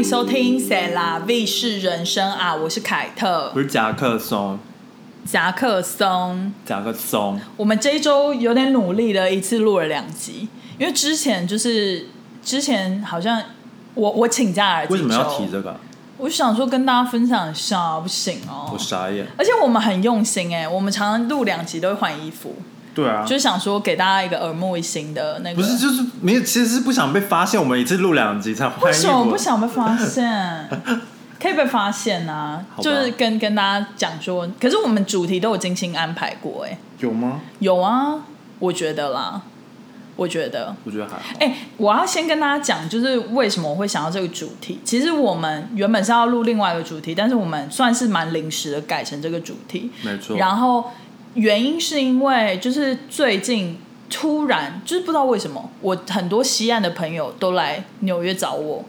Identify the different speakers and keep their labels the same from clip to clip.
Speaker 1: 收听《C'est la vie 是人生》啊，我是凯特，
Speaker 2: 我是夹克松。
Speaker 1: 夹克松，
Speaker 2: 我
Speaker 1: 们这一周有点努力的，一次录了2集，因为之前好像我请假了，
Speaker 2: 为什么要提这个？
Speaker 1: 我就想说跟大家分享一下，不行哦。
Speaker 2: 我傻眼。
Speaker 1: 而且我们很用心哎，我们常常录2集都会换衣服。
Speaker 2: 对啊，
Speaker 1: 就是想说给大家一个耳目一新的那个。
Speaker 2: 不是，就是没有，其实是不想被发现。我们一次录2集才换衣服。
Speaker 1: 为什么不想被发现？可以被发现啊，就是跟大家讲说，可是我们主题都有精心安排过哎。
Speaker 2: 有吗？
Speaker 1: 有啊，我觉得啦。我觉得
Speaker 2: 还好。
Speaker 1: 我要先跟大家讲，就是为什么我会想到这个主题。其实我们原本是要录另外一个主题，但是我们算是蛮临时的改成这个主题。
Speaker 2: 没错。
Speaker 1: 然后原因是因为就是最近突然就是不知道为什么，我很多西岸的朋友都来纽约找我。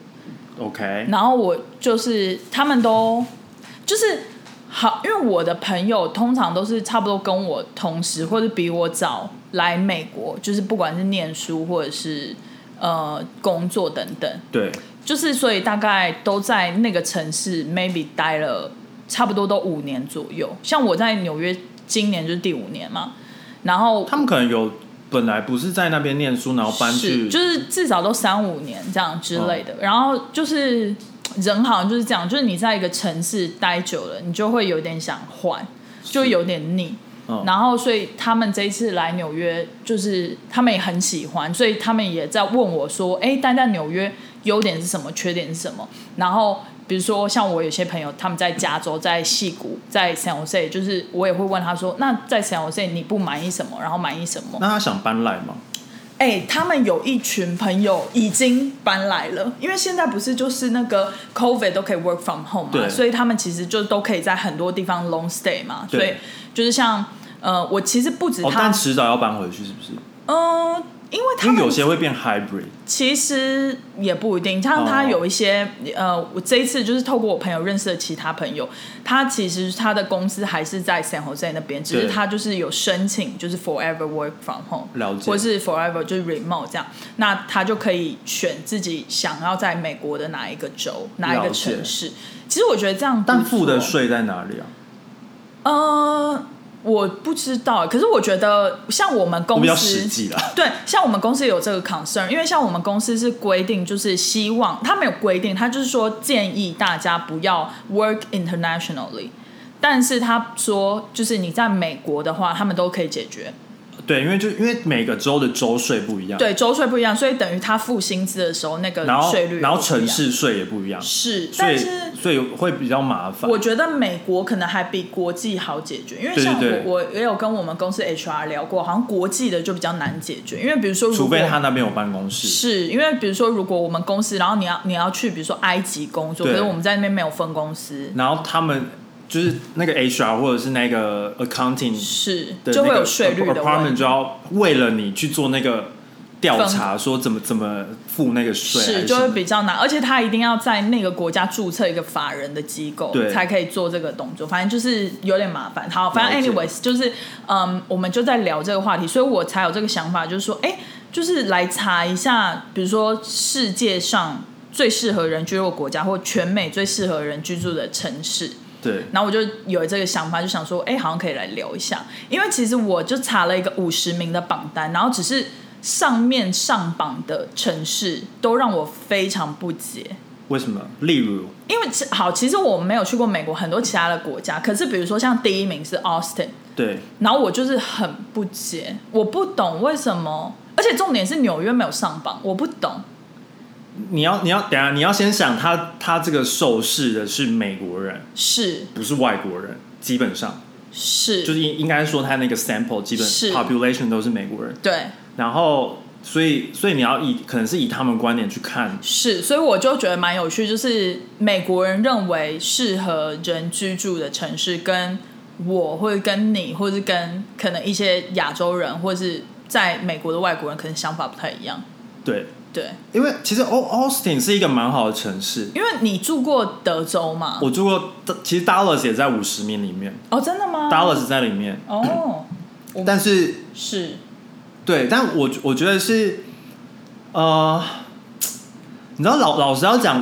Speaker 2: OK。
Speaker 1: 然后我就是他们都就是好，因为我的朋友通常都是差不多跟我同时或者比我早来美国，就是不管是念书或者是工作等等。
Speaker 2: 对。就是
Speaker 1: 所以大概都在那个城市 maybe 待了差不多都5年左右。像我在纽约今年就是第5年嘛，然后
Speaker 2: 他们可能有本来不是在那边念书，然后搬去，
Speaker 1: 就是至少都3-5年这样之类的。然后就是人好像就是这样，就是你在一个城市待久了，你就会有点想换，就有点腻。然后所以他们这一次来纽约，就是他们也很喜欢，所以他们也在问我说，待在纽约优点是什么，缺点是什么。然后比如说像我有些朋友他们在加州，在矽谷，在 San Jose， 就是我也会问他说，那在 San Jose 你不满意什么，然后满意什么。
Speaker 2: 那他想搬来吗？
Speaker 1: 他们有一群朋友已经搬来了，因为现在不是就是那个 COVID 都可以 work from home 嘛，所以他们其实就都可以在很多地方 long stay 嘛。所以就是像我其实不止他，
Speaker 2: 但迟早要搬回去是不是？
Speaker 1: 因为他们
Speaker 2: 有些会变 hybrid，
Speaker 1: 其实也不一定。像他有一些我这一次就是透过我朋友认识的其他朋友，他其实他的公司还是在 San Jose 那边，只是他就是有申请就是 forever work from home，
Speaker 2: 了解，
Speaker 1: 或是 forever 就是 remote 这样，那他就可以选自己想要在美国的哪一个州哪一个城市。其实我觉得这样不错，
Speaker 2: 但付的税在哪里啊？
Speaker 1: 我不知道，可是我觉得像我们公司
Speaker 2: 比较实际啦，
Speaker 1: 对，像我们公司有这个 concern， 因为像我们公司是规定，就是希望他没有规定，他就是说建议大家不要 work internationally， 但是他说就是你在美国的话，他们都可以解决。
Speaker 2: 对，因为每个州的州税不一样，
Speaker 1: 对，州税不一样，所以等于他付薪资的时候那个税率，
Speaker 2: 然后城市税也不一样，
Speaker 1: 是，但是
Speaker 2: 所以会比较麻烦。
Speaker 1: 我觉得美国可能还比国际好解决，因为像我也有跟我们公司 HR 聊过，好像国际的就比较难解决，因为比如说除
Speaker 2: 非他那边有办公室，
Speaker 1: 是因为比如说如果我们公司，然后你要去比如说埃及工作，可是我们在那边没有分公司，
Speaker 2: 然后他们就是那个 HR 或者是那个 accounting
Speaker 1: 是就会有税率的问题，
Speaker 2: 就要为了你去做那个调查，说怎么付那个税，
Speaker 1: 是就会比较难，而且他一定要在那个国家注册一个法人的机构才可以做这个动作，反正就是有点麻烦。好，反正 anyways 就是我们就在聊这个话题，所以我才有这个想法，就是说就是来查一下，比如说世界上最适合人居住的国家，或全美最适合人居住的城市。
Speaker 2: 对，
Speaker 1: 然后我就有这个想法，就想说好像可以来聊一下，因为其实我就查了一个50名的榜单，然后只是上面上榜的城市都让我非常不解。
Speaker 2: 为什么？例如，
Speaker 1: 因为好，其实我没有去过美国很多其他的国家，可是比如说像第1名是 Austin，
Speaker 2: 对，然
Speaker 1: 后我就是很不解，我不懂为什么，而且重点是纽约没有上榜，我不懂。
Speaker 2: 你要等一下，你要先想他这个受试的是美国人，
Speaker 1: 是
Speaker 2: 不是外国人？基本上
Speaker 1: 是，
Speaker 2: 就是应该说他那个 sample 基本 population 都是美国人，
Speaker 1: 对，
Speaker 2: 然后所以你要可能是以他们观点去看，
Speaker 1: 是，所以我就觉得蛮有趣，就是美国人认为适合人居住的城市，跟我或者跟你，或者是跟可能一些亚洲人，或者是在美国的外国人，可能想法不太一样。对，
Speaker 2: 因为其实 Austin 是一个蛮好的城市。
Speaker 1: 因为你住过德州嘛？
Speaker 2: 我住过，其实 Dallas 也在50名里面。
Speaker 1: 哦，真的吗
Speaker 2: ？Dallas 在里面。
Speaker 1: 哦，
Speaker 2: 但是
Speaker 1: 是，
Speaker 2: 对，但我觉得是，你知道老实要讲，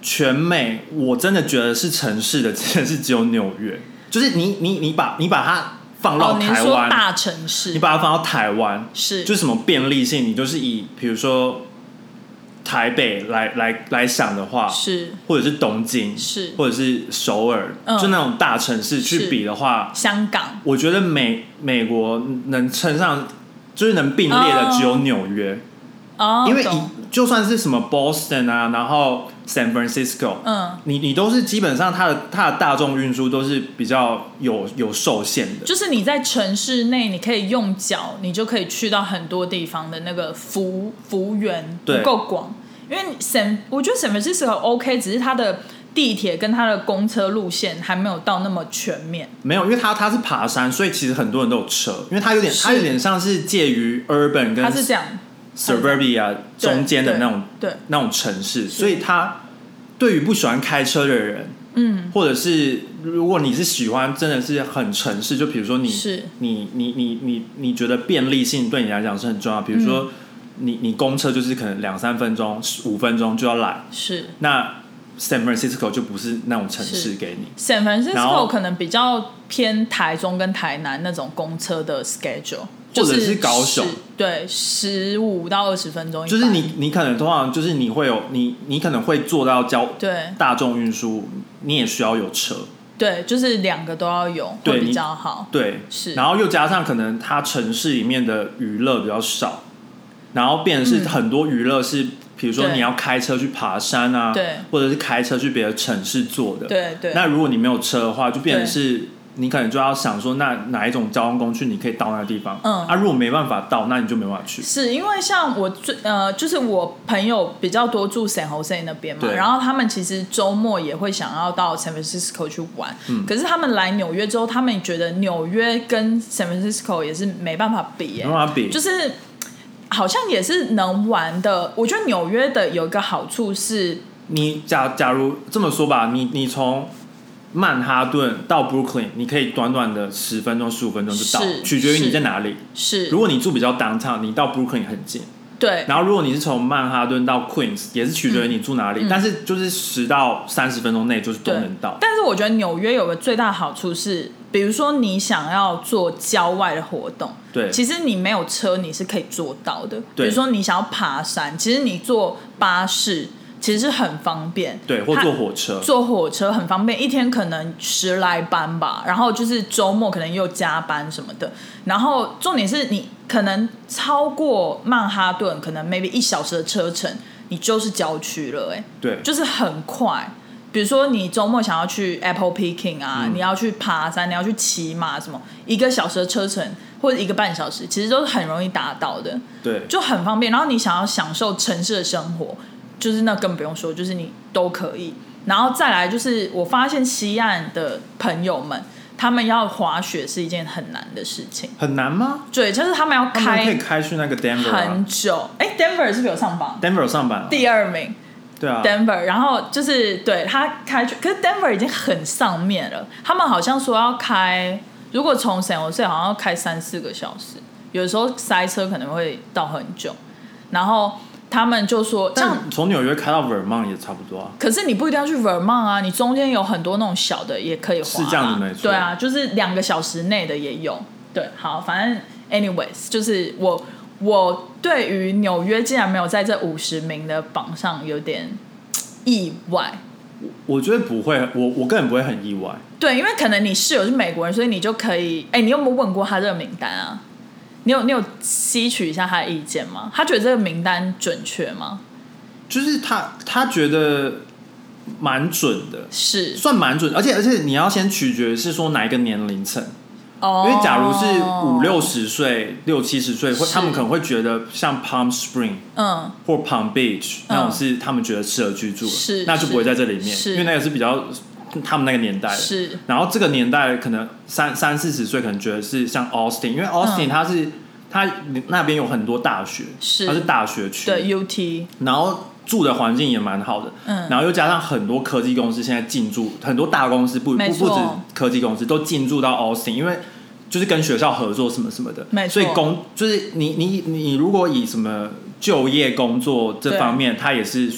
Speaker 2: 全美我真的觉得是城市的，真的是只有纽约。就是你把它放到台湾，
Speaker 1: 你说大城市，
Speaker 2: 你把它放到台湾，
Speaker 1: 是
Speaker 2: 就是什么便利性，你就是以比如说台北来想的话，
Speaker 1: 是
Speaker 2: 或者是东京，
Speaker 1: 是
Speaker 2: 或者是首尔，就那种大城市去比的话，
Speaker 1: 香港，
Speaker 2: 我觉得美国能称上就是能并列的只有纽约。因为就算是什么 Boston 啊，然后 San Francisco， 你都是基本上它的大众运输都是比较有受限的。
Speaker 1: 就是你在城市内，你可以用脚，你就可以去到很多地方的那个幅员不够广。因为我觉得 San Francisco OK， 只是它的地铁跟它的公车路线还没有到那么全面。没
Speaker 2: 有，因为它是爬山，所以其实很多人都有车，因为它有点像是介于 urban 跟
Speaker 1: 它是这样。
Speaker 2: Suburbia 中间的那种城市，所以它对于不喜欢开车的人，或者是如果你是喜欢真的是很城市，就比如说你觉得便利性对你来讲是很重要，比如说你公车就是可能2-3分钟、5分钟就要来，
Speaker 1: 是
Speaker 2: 那 San Francisco 就不是那种城市给你。
Speaker 1: San Francisco 可能比较偏台中跟台南那种公车的 schedule。
Speaker 2: 或者是高雄，
Speaker 1: 对，15到20分钟，
Speaker 2: 就是你可能通常就是你会有你可能会坐到大众运输，你也需要有车，
Speaker 1: 对，就是2个都要有会比较好，
Speaker 2: 对，
Speaker 1: 是，
Speaker 2: 然后又加上可能它城市里面的娱乐比较少，然后变成是很多娱乐是，比如说你要开车去爬山啊，对，或者是开车去别的城市做的，
Speaker 1: 对对，
Speaker 2: 那如果你没有车的话，就变成是。你可能就要想说，那哪一种交通工具你可以到那个地方？如果没办法到，那你就没办法去。
Speaker 1: 是因为像我就是我朋友比较多住 San Jose 那边嘛，然后他们其实周末也会想要到 San Francisco 去玩，可是他们来纽约之后，他们觉得纽约跟 San Francisco 也是没办法比，
Speaker 2: 没办法比，
Speaker 1: 就是好像也是能玩的。我觉得纽约的有一个好处是，
Speaker 2: 你假如这么说吧，你从曼哈顿到 Brooklyn， 你可以短短的10分钟、15分钟就到，取决于你在哪里。
Speaker 1: 是，
Speaker 2: 如果你住比较 downtown， 你到 Brooklyn 很近。
Speaker 1: 对。
Speaker 2: 然后如果你是从曼哈顿到 Queens， 也是取决于你住哪里，但是就是10到30分钟内就是都能到。
Speaker 1: 但是我觉得纽约有个最大的好处是，比如说你想要做郊外的活动，
Speaker 2: 对，
Speaker 1: 其实你没有车你是可以做到的。比如说你想要爬山，其实你坐巴士。其实是很方便，
Speaker 2: 对，或坐火车，
Speaker 1: 坐火车很方便，一天可能10来班吧，然后就是周末可能又加班什么的，然后重点是你可能超过曼哈顿，可能 maybe 1小时的车程，你就是郊区了，
Speaker 2: 对，
Speaker 1: 就是很快。比如说你周末想要去 Apple Picking 啊，你要去爬山，你要去骑马什么，1个小时的车程或者1个半小时，其实都是很容易达到的，
Speaker 2: 对，
Speaker 1: 就很方便。然后你想要享受城市的生活。就是那更不用说，就是你都可以。然后再来就是，我发现西岸的朋友们，他们要滑雪是一件很难的事情。
Speaker 2: 很难吗？
Speaker 1: 对，就是他们要开，
Speaker 2: 他们可以开去那个 Denver
Speaker 1: 很久。Denver 是不是有上榜
Speaker 2: ？Denver 有上榜，
Speaker 1: 第2名。
Speaker 2: 对啊
Speaker 1: ，Denver。然后就是对他开去，可是 Denver 已经很上面了。他们好像说要开，如果从 San Jose 好像要开3-4个小时，有的时候塞车可能会到很久。然后。他们就说，
Speaker 2: 但从纽约开到 Vermont 也差不多啊。
Speaker 1: 可是你不一定要去 Vermont 啊，你中间有很多那种小的也可以滑、啊。
Speaker 2: 是这样子没错。
Speaker 1: 对啊，就是2个小时内的也有。对，好，反正 anyways， 就是我对于纽约竟然没有在这50名的榜上有点意外。
Speaker 2: 我觉得不会，我根本不会很意外。
Speaker 1: 对，因为可能你室友是美国人，所以你就可以，你有没有问过他这个名单啊？你有吸取一下他的意见吗？他觉得这个名单准确吗？
Speaker 2: 就是他觉得蛮准的，
Speaker 1: 是
Speaker 2: 算蛮准，而且你要先取决是说哪一个年龄层。因为假如是50-60岁、60-70岁，他们可能会觉得像 Palm Spring， 或 Palm Beach 那种是他们觉得适合居住的，那就不会在这里面，因为那个是比较。他们那个年代
Speaker 1: 是，
Speaker 2: 然后这个年代可能30-40岁可能觉得是像 Austin， 因为 Austin 它那边有很多大学，它是大学区，
Speaker 1: 对 UT，
Speaker 2: 然后住的环境也蛮好的，然后又加上很多科技公司现在进驻，很多大公司不止科技公司都进驻到 Austin， 因为就是跟学校合作什么什么的，所以就是你如果以什么就业工作这方面，它也是算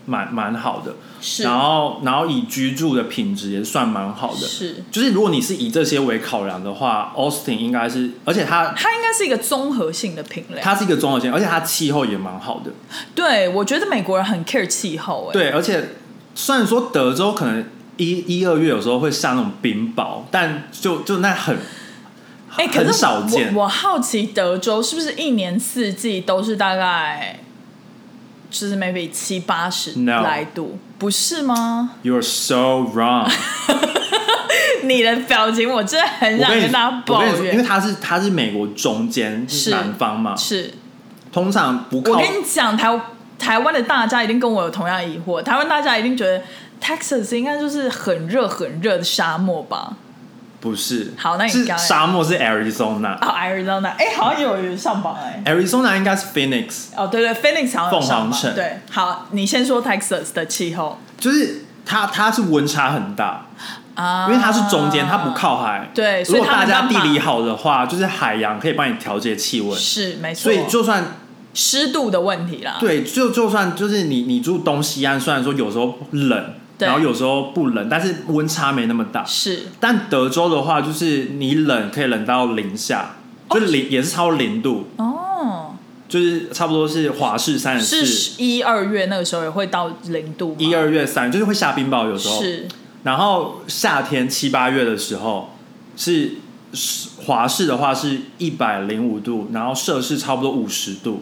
Speaker 2: 蛮好的，
Speaker 1: 是，
Speaker 2: 然后以居住的品质也算蛮好的，
Speaker 1: 是，
Speaker 2: 就是如果你是以这些为考量的话 ，Austin 应该是，而且它
Speaker 1: 应该是一个综合性的评量，
Speaker 2: 它是一个综合性，而且它气候也蛮好的。
Speaker 1: 对，我觉得美国人很 care 气候，
Speaker 2: 对，而且虽然说德州可能1、2月有时候会下那种冰雹，但就那很少见。
Speaker 1: 我好奇德州是不是一年四季都是大概就是 maybe 70-80来度，不是吗
Speaker 2: ？You're so wrong 。
Speaker 1: 你的表情我真的很想跟大家抱怨，
Speaker 2: 因为它是美国中间南方嘛，
Speaker 1: 是
Speaker 2: 通常不靠。
Speaker 1: 我跟你讲，台湾的大家一定跟我有同样疑惑，台湾大家一定觉得 Texas 应该就是很热很热的沙漠吧？
Speaker 2: 不是，
Speaker 1: 好，那你
Speaker 2: 是沙漠是 Arizona，
Speaker 1: Arizona， 好像有上榜
Speaker 2: Arizona 应该是 Phoenix，
Speaker 1: 对 Phoenix 好像有上榜，
Speaker 2: 凤凰城。
Speaker 1: 对，好，你先说 Texas 的气候，
Speaker 2: 就是它是温差很大因为它是中间，它不靠海，
Speaker 1: 对，
Speaker 2: 如果大家地理好的话，就是海洋可以帮你调节气温，
Speaker 1: 是没错，
Speaker 2: 所以就算
Speaker 1: 湿度的问题啦，
Speaker 2: 对，就算就是你住东西岸，虽然说有时候冷。然后有时候不冷，但是温差没那么大。
Speaker 1: 是，
Speaker 2: 但德州的话，就是你冷可以冷到零下，就是也是超过0度
Speaker 1: 哦，
Speaker 2: 就是差不多是华氏34，
Speaker 1: 是1、2月那个时候也会到0度吗
Speaker 2: ？1、2月3就是会下冰雹，有时候
Speaker 1: 是。然
Speaker 2: 后夏天7、8月的时候是华氏的话是105度，然后摄氏差不多50度。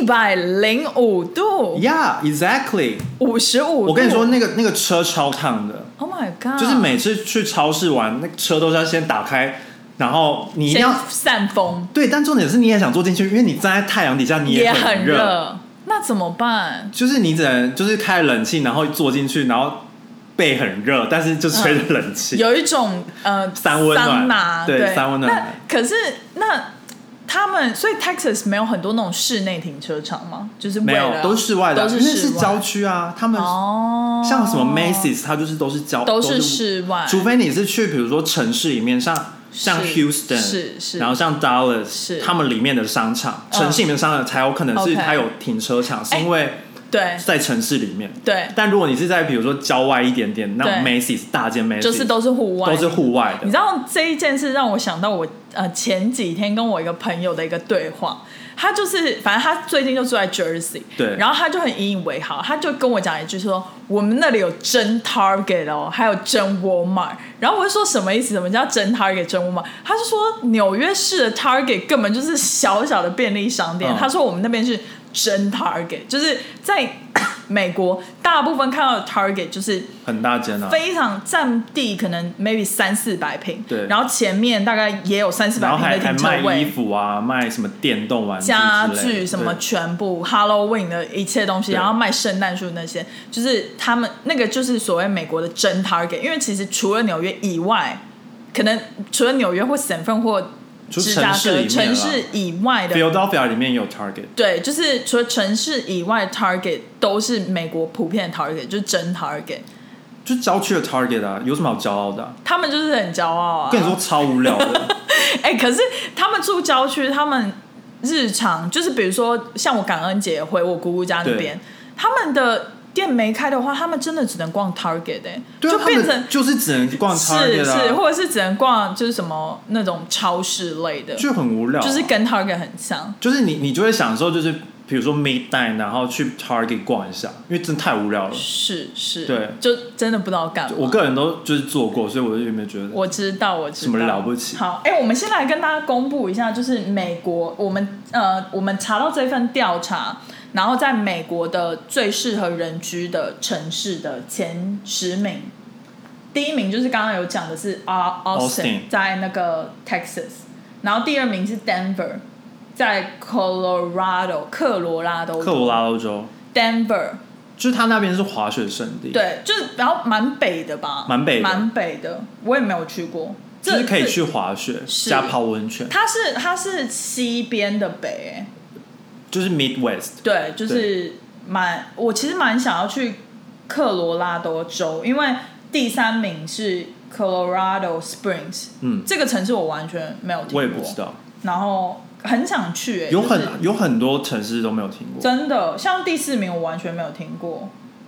Speaker 1: 105度
Speaker 2: ？Yeah, exactly.
Speaker 1: 55度。
Speaker 2: 我跟你说，那个车超烫的。
Speaker 1: Oh my god！
Speaker 2: 就是每次去超市玩，那车都是要先打开，然后你一定要
Speaker 1: 散风。
Speaker 2: 对，但重点是你也想坐进去，因为你站在太阳底下，你也很热。
Speaker 1: 那怎么办？
Speaker 2: 就是你只能就是开冷气，然后坐进去，然后背很热，但是就吹着冷气，
Speaker 1: 有一种
Speaker 2: 三温暖，对，三温暖。
Speaker 1: 可是那他们，所以 Texas 没有很多那种室内停车场吗？就是
Speaker 2: 没有，都是室外的，
Speaker 1: 都是
Speaker 2: 因为是郊区啊。他们像什么 Macy's， 它就是都是
Speaker 1: 都是室外，
Speaker 2: 除非你是去比如说城市里面，像 Houston，
Speaker 1: 是，
Speaker 2: 然后像 Dallas， 他们里面的商场，城市里面的商场才有可能是它有停车场，是因为
Speaker 1: 对
Speaker 2: 在城市里面。
Speaker 1: 对，
Speaker 2: 但如果你是在比如说郊外一点点那种 Macy's 大间 Macy's，
Speaker 1: 就是都是户外，
Speaker 2: 都是户外的。
Speaker 1: 你知道这一件事让我想到我前几天跟我一个朋友的一个对话。他就是反正他最近就住在 Jersey，
Speaker 2: 对，
Speaker 1: 然后他就很引以为豪，他就跟我讲一句说我们那里有真 Target 哦，还有真 Walmart。然后我就说什么意思？什么叫真 Target 真 Walmart？ 他就说纽约市的 Target 根本就是小小的便利商店，他说我们那边是真 Target， 就是在美国大部分看到的 Target 就是
Speaker 2: 很大间啊，
Speaker 1: 非常占地可能 maybe 300-400平，
Speaker 2: 对，
Speaker 1: 然后前面大概也有300-400平的停车位，
Speaker 2: 还卖衣服啊，卖什么电动玩具、
Speaker 1: 家具什么全部 Halloween 的一切东西，然后卖圣诞树那些，就是他们那个就是所谓美国的真 Target。因为其实除了纽约以外，可能除了纽约或省份或芝加哥城市以外的
Speaker 2: Philadelphia 里面也有 Target，
Speaker 1: 对，就是除了城市以外的 Target 都是美国普遍的 Target， 就是真 Target，
Speaker 2: 就是郊区的 Target 啊，有什么好骄傲的啊？
Speaker 1: 他们就是很骄傲啊！
Speaker 2: 跟你说超无聊的。
Speaker 1: 可是他们住郊区，他们日常就是比如说像我感恩节回我姑姑家那边，他们的店没开的话，他们真的只能逛 Target， 就变成
Speaker 2: 就是只能逛 Target，
Speaker 1: 是或者是只能逛就是什么那种超市类的，
Speaker 2: 就很无聊，
Speaker 1: 就是跟 Target 很像。
Speaker 2: 就是你就会享受，就是比如说 midnight， 然后去 Target 逛一下，因为真的太无聊了。
Speaker 1: 是，
Speaker 2: 对，
Speaker 1: 就真的不知道干嘛。
Speaker 2: 我个人都就是做过，所以我就有没有觉得
Speaker 1: 我知道
Speaker 2: 什么了不起。
Speaker 1: 好，我们先来跟大家公布一下，就是美国我们查到这份调查。然后在美国的最适合人居的城市的前10名，第1名就是刚刚有讲的是 Austin， 在那个 Texas， 然后第2名是 Denver， 在科罗拉多州 Denver，
Speaker 2: 就是他那边是滑雪胜地，
Speaker 1: 对，就是然后蛮北的吧，蛮北的，我也没有去过，
Speaker 2: 就是可以去滑雪加泡温泉。
Speaker 1: 它是西边的北，
Speaker 2: 就是 Midwest，
Speaker 1: 对，就是我其实蛮想要去科罗拉多州，因为第3名是 Colorado Springs， 这个城市我完全没有听过，
Speaker 2: 我也不知道，然
Speaker 1: 后很想去，
Speaker 2: 有很多城市都没有听过，
Speaker 1: 真的，像第4名我完全没有听过，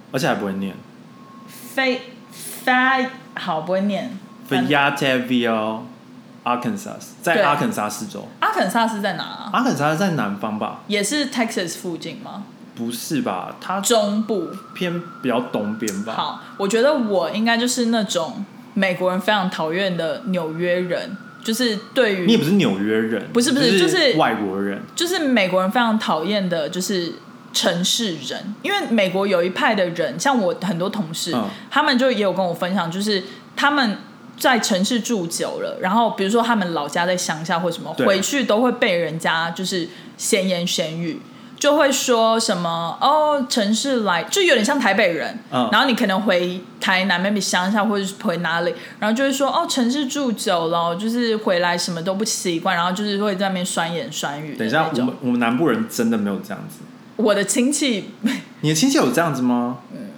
Speaker 2: 而且还不会念。
Speaker 1: 好不会念。
Speaker 2: Fayetteville Arkansas 在阿肯萨斯州。
Speaker 1: 阿肯萨斯在哪啊？
Speaker 2: 阿肯萨斯在南方吧？
Speaker 1: 也是 Texas 附近吗？
Speaker 2: 不是吧？它
Speaker 1: 中部
Speaker 2: 偏比较东边吧。
Speaker 1: 好，我觉得我应该就是那种美国人非常讨厌的纽约人，就是对于
Speaker 2: 你也不是纽约人，
Speaker 1: 不是就是
Speaker 2: 外国人，
Speaker 1: 就是美国人非常讨厌的，就是城市人。因为美国有一派的人，像我很多同事，他们就也有跟我分享，就是他们在城市住久了，然后比如说他们老家在乡下或什么，回去都会被人家就是闲言闲语，就会说什么城市来，就有点像台北人，然后你可能回台南 maybe 乡下或者是回哪里，然后就会说城市住久了，就是回来什么都不习惯，然后就是会在那边酸言酸语。
Speaker 2: 等一下，我们南部人真的没有这样子。
Speaker 1: 我的亲戚，
Speaker 2: 你的亲戚有这样子吗？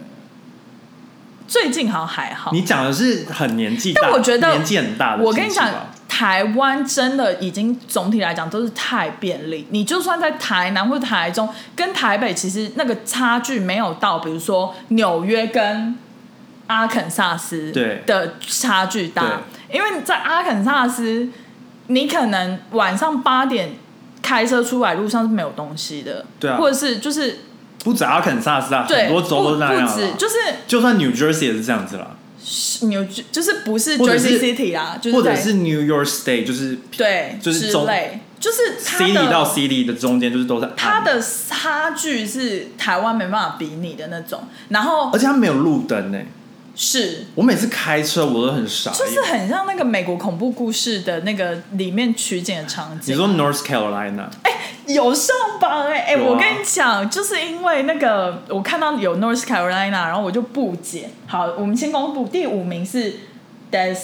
Speaker 1: 最近好像还好。
Speaker 2: 你讲的是很年纪大，
Speaker 1: 但我觉得
Speaker 2: 年纪很大的亲戚吧。
Speaker 1: 我跟你讲，台湾真的已经总体来讲都是太便利。你就算在台南或者台中，跟台北其实那个差距没有到，比如说纽约跟阿肯萨斯的差距大。因为在阿肯萨斯，你可能晚上8点开车出来，路上是没有东西的，对啊，或者是就是。
Speaker 2: 不止阿肯萨斯啊，很多州都是那样。不止，就算 New Jersey 也是这样子啦。
Speaker 1: 就是不是 Jersey City 啊，就是
Speaker 2: 或者是 New York State， 就是
Speaker 1: 对，
Speaker 2: 就是
Speaker 1: 之类，就是
Speaker 2: City 到 City 的中间，就是都是
Speaker 1: 它的差距是台湾没办法比拟的那种。然后，
Speaker 2: 而且它没有路灯欸。
Speaker 1: 是
Speaker 2: 我每次开车我都很傻眼，
Speaker 1: 就是很像那个美国恐怖故事的那个里面取景的场景。
Speaker 2: 你说 North Carolina？
Speaker 1: 有上榜我跟你讲，就是因为那个我看到有 North Carolina， 然后我就不解。好，我们先公布第5名是 Des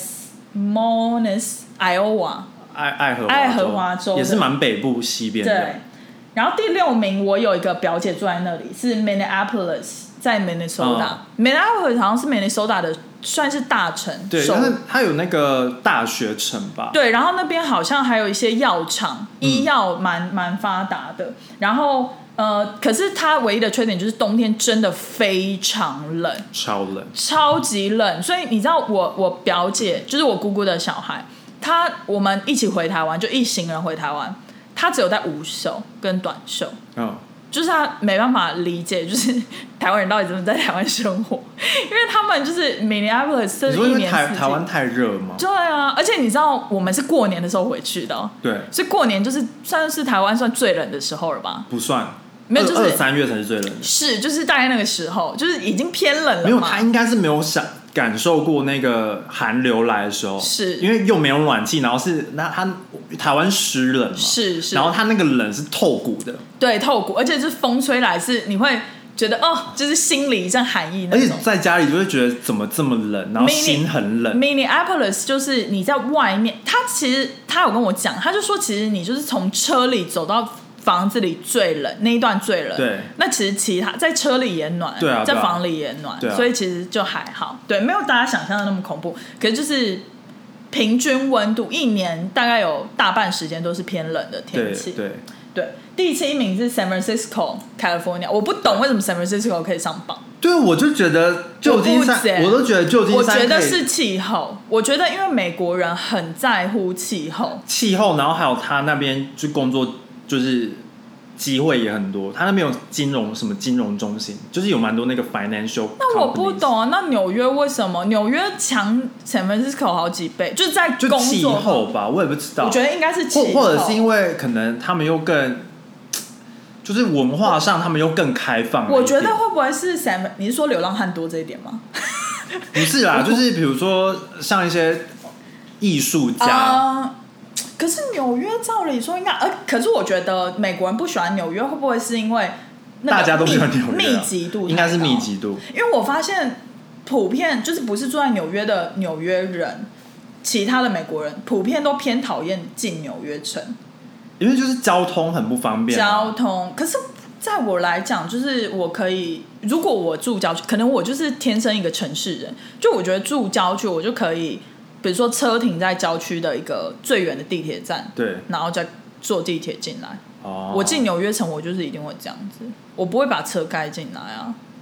Speaker 1: Moines Iowa， 爱荷华州
Speaker 2: 也是蛮北部西边的。
Speaker 1: 对，然后第6名我有一个表姐住在那里，是 Minneapolis。在 Minnesota，Minneapolis 好像是 Minnesota 的算是大城，
Speaker 2: 对，但是它有那个大学城吧？
Speaker 1: 对，然后那边好像还有一些药厂，医药蛮发达的。然后可是它唯一的缺点就是冬天真的非常冷，
Speaker 2: 超冷，
Speaker 1: 超级冷。所以你知道我表姐就是我姑姑的小孩，我们一起回台湾，就一行人回台湾，他只有带无袖跟短袖。就是他没办法理解，就是台湾人到底怎么在台湾生活，因为他们就是 Minneapolis 这一年四季。
Speaker 2: 台湾太热吗？
Speaker 1: 对啊，而且你知道我们是过年的时候回去的，
Speaker 2: 对，
Speaker 1: 所以过年就是算是台湾算最冷的时候了吧？
Speaker 2: 不算，
Speaker 1: 没有，就是
Speaker 2: 2、3月才是最冷的。
Speaker 1: 是，就是大概那个时候，就是已经偏冷了嘛。
Speaker 2: 没有，他应该是没有感受过那个寒流来的时候，
Speaker 1: 是
Speaker 2: 因为又没有暖气，然后他台湾湿冷嘛，
Speaker 1: 是，
Speaker 2: 然后他那个冷是透骨的，
Speaker 1: 对，透骨，而且是风吹来是你会觉得就是心里一阵寒意那种，
Speaker 2: 而且在家里就会觉得怎么这么冷，然后心很冷。
Speaker 1: Minneapolis 就是你在外面，他有跟我讲，他就说其实你就是从车里走到房子里最冷那一段最冷，
Speaker 2: 对，
Speaker 1: 那其实其他在车里也暖，
Speaker 2: 对啊，
Speaker 1: 在房里也暖，所以其实就还好，对，没有大家想象的那么恐怖。可是就是平均温度一年大概有大半时间都是偏冷的天气，对。第7名是 San Francisco California， 我不懂为什么 San Francisco 可以上榜。
Speaker 2: 对，我就觉得旧金山，我都觉得旧金山，
Speaker 1: 我觉得是气候。我觉得因为美国人很在乎气候，
Speaker 2: 然后还有他那边就工作就是机会也很多，他那边有什么金融中心，就是有蛮多那个 financial。
Speaker 1: 那我不懂啊，那纽约为什么纽约强 San Francisco 好几倍？就是在工作
Speaker 2: 气候吧，我也不知道。
Speaker 1: 我觉得应该是气候，
Speaker 2: 或者是因为可能他们又更。就是文化上，他们又更开放。
Speaker 1: 我觉得会不会是你是说流浪汉多这一点吗？
Speaker 2: 不是啦，就是比如说像一些艺术家。
Speaker 1: 可是纽约照理说应该，可是我觉得美国人不喜欢纽约，会不会是因为
Speaker 2: 大家都不喜欢纽约
Speaker 1: 密集度？
Speaker 2: 应该是密集度。
Speaker 1: 因为我发现普遍就是不是住在纽约的纽约人，其他的美国人普遍都偏讨厌进纽约城。
Speaker 2: 因为就是交通很不方便，
Speaker 1: 交通。可是在我来讲，就是我可以，如果我住郊区，可能我就是天生一个城市人，就我觉得住郊区，我就可以，比如说车停在郊区的一个最远的地铁站，
Speaker 2: 对，
Speaker 1: 然后再坐地铁进来。我进纽约城，我就是一定会这样子，我不会把车开进来啊。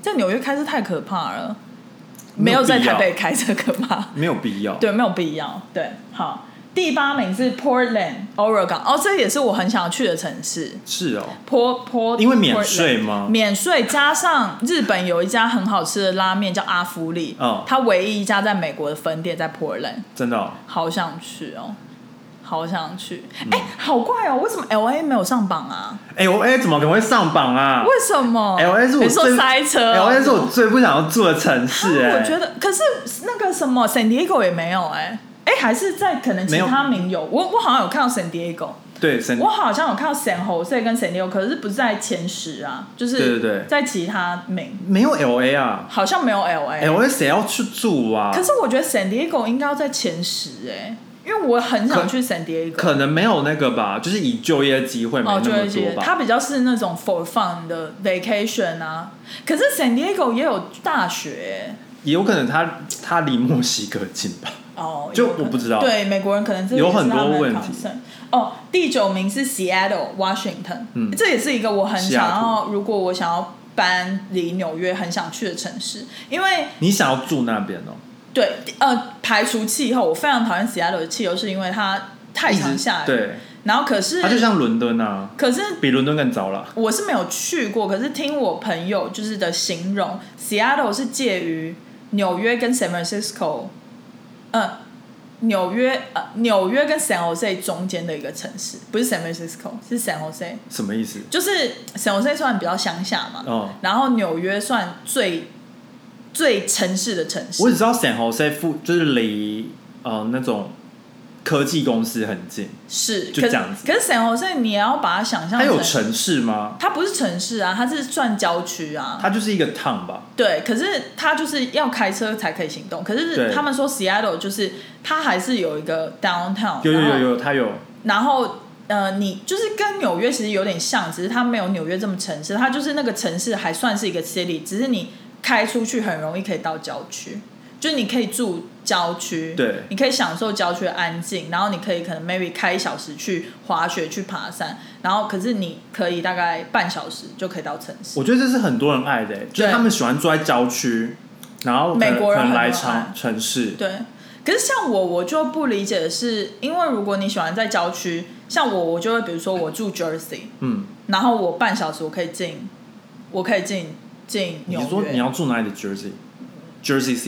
Speaker 1: 在纽约开车太可怕了，没有在台北开车可怕，
Speaker 2: 没有必要，
Speaker 1: 对，没有必要。对，好，第8名是 Portland Oregon， 这也是我很想要去的城市。
Speaker 2: 是
Speaker 1: 因
Speaker 2: 为免税吗？
Speaker 1: 免税加上日本有一家很好吃的拉面叫阿芙丽，它唯一一家在美国的分店在 Portland，
Speaker 2: 真的
Speaker 1: 好想去好想去！好怪为什么 LA 没有上榜啊
Speaker 2: ？LA 怎么可能会上榜啊？
Speaker 1: 为什么
Speaker 2: ？LA 是我
Speaker 1: 最塞车
Speaker 2: ，LA 是我最不想要住的城市
Speaker 1: 我觉得，可是那个什么 San Diego 也没有还是在可能其他名有。我好像有看到 San Diego，
Speaker 2: 对，
Speaker 1: 我好像有看到 San Jose 跟 San Diego， 可是不是在前10啊，就是
Speaker 2: 对，
Speaker 1: 在其他名。
Speaker 2: 没有 LA 啊，
Speaker 1: 好像没有
Speaker 2: LA 谁要去住啊？
Speaker 1: 可是我觉得 San Diego 应该要在前10因为我很想去 San Diego，
Speaker 2: 可能没有那个吧，就是以就业机会没那么多吧。
Speaker 1: 它比较是那种 for fun 的 vacation 啊。可是 San Diego 也有大学
Speaker 2: 也有可能他离墨西哥近吧。就我不知道。
Speaker 1: 对，美国人可能
Speaker 2: 有很多问题。
Speaker 1: 第9名是 Seattle Washington，这也是一个我很想要，如果我想要搬离纽约很想去的城市，因为
Speaker 2: 你想要住那边
Speaker 1: 对，排除气候，我非常讨厌 Seattle 的气候，是因为它太常下雨。
Speaker 2: 对，
Speaker 1: 然后可是
Speaker 2: 它就像伦敦啊，
Speaker 1: 可是
Speaker 2: 比伦敦更糟了。
Speaker 1: 我是没有去过，可是听我朋友就是的形容 ，Seattle 是介于纽约跟 San Francisco， 纽约跟 San Jose 中间的一个城市，不是 San Francisco， 是 San Jose。
Speaker 2: 什么意思？
Speaker 1: 就是 San Jose 算比较乡下嘛，然后纽约算最城市的城市。
Speaker 2: 我只知道 San Jose 就是离那种科技公司很近，
Speaker 1: 是
Speaker 2: 就这样子。
Speaker 1: 可是 San Jose 你也要把它想象成，
Speaker 2: 它有城市吗？
Speaker 1: 它不是城市啊，它是算郊区啊。
Speaker 2: 它就是一个 town 吧。
Speaker 1: 对，可是它就是要开车才可以行动。可是他们说 Seattle 就是它还是有一个 downtown，
Speaker 2: 有它有。
Speaker 1: 然后你就是跟纽约其实有点像，只是它没有纽约这么城市，它就是那个城市还算是一个 city， 只是你开出去很容易可以到郊区，就是你可以住郊区，
Speaker 2: 对，
Speaker 1: 你可以享受郊区的安静，然后你可以可能 maybe 开1小时去滑雪去爬山，然后可是你可以大概半小时就可以到城市。
Speaker 2: 我觉得这是很多人爱的，就是他们喜欢住在郊区，然后
Speaker 1: 美国人
Speaker 2: 可能来城市。
Speaker 1: 对，可是像我就不理解的是，因为如果你喜欢在郊区，像我就会比如说我住 Jersey， 然后我半小时我可以进纽约。
Speaker 2: 你说你要住哪里的 Jersey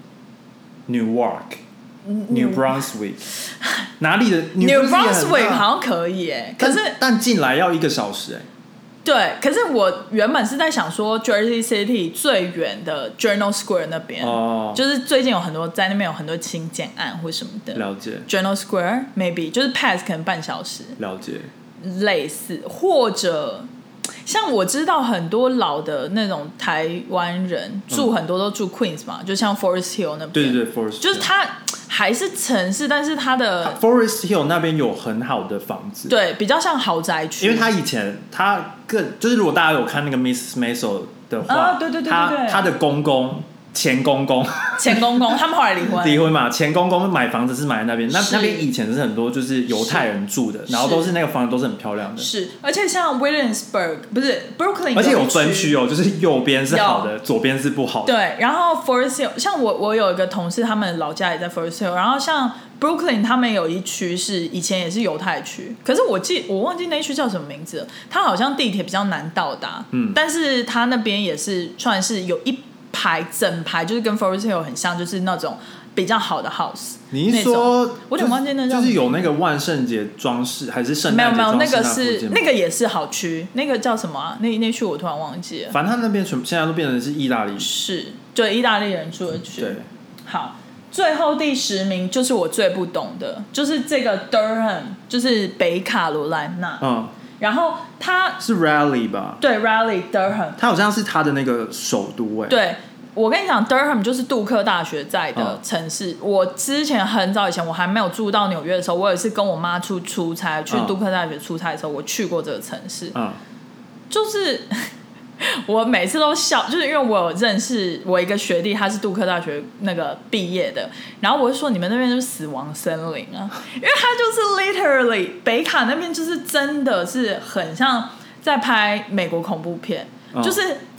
Speaker 2: City、Newark、New Brunswick， 哪里的
Speaker 1: New Brunswick 好像可以
Speaker 2: 但进来要1个小时
Speaker 1: 对，可是我原本是在想说 Jersey City 最远的 Journal Square 那边，就是最近有很多在那边有很多轻建案或什么的。
Speaker 2: 了解。
Speaker 1: Journal Square maybe 就是 pass 可能半小时。
Speaker 2: 了解。
Speaker 1: 类似或者。像我知道很多老的那种台湾人住很多都住 Queens 嘛，就像 Forest Hill 那边。
Speaker 2: 对 Forest Hill
Speaker 1: 就是它还是城市，但是它的
Speaker 2: Forest Hill 那边有很好的房子，
Speaker 1: 对，比较像豪宅区。
Speaker 2: 因为它以前就是如果大家有看那个 Miss Maisel 的话，
Speaker 1: 对，
Speaker 2: 他的前公公，
Speaker 1: 他们后来离婚
Speaker 2: 嘛。前公公买房子是买在那边，那边以前是很多就是犹太人住的，然后都是那个房子都是很漂亮的。
Speaker 1: 是，而且像 Williamsburg 不是 Brooklyn，
Speaker 2: 而且有分区就是右边是好的，左边是不好的。
Speaker 1: 对，然后 Forest Hill， 像我有一个同事，他们老家也在 Forest Hill， 然后像 Brooklyn 他们有一区是以前也是犹太区，可是我忘记那一区叫什么名字了，它好像地铁比较难到达，但是它那边也是算是有整排就是跟 Forest Hill 很像，就是那种比较好的 house。
Speaker 2: 你是说
Speaker 1: 我有点忘记那
Speaker 2: 就是有那个万圣节装饰还是圣诞节装饰？
Speaker 1: 那个也是好区，那个叫什么啊？那区我突然忘记了。
Speaker 2: 反正他那边现在都变成是意大利，
Speaker 1: 是对意大利人住的区。
Speaker 2: 对，
Speaker 1: 好，最后第10名就是我最不懂的，就是这个 Durham， 就是北卡罗来纳。然后它
Speaker 2: 是 Raleigh 吧？
Speaker 1: 对 ，Raleigh Durham，
Speaker 2: 它好像是它的那个首都
Speaker 1: 对，我跟你讲 ，Durham 就是杜克大学在的城市。我之前很早以前，我还没有住到纽约的时候，我也是跟我妈出差去杜克大学出差的时候，我去过这个城市。就是我每次都笑，就是因为我有认识我一个学弟，他是杜克大学那个毕业的，然后我就说你们那边就是死亡森林啊，因为他就是 literally 北卡那边就是真的是很像在拍美国恐怖片，就是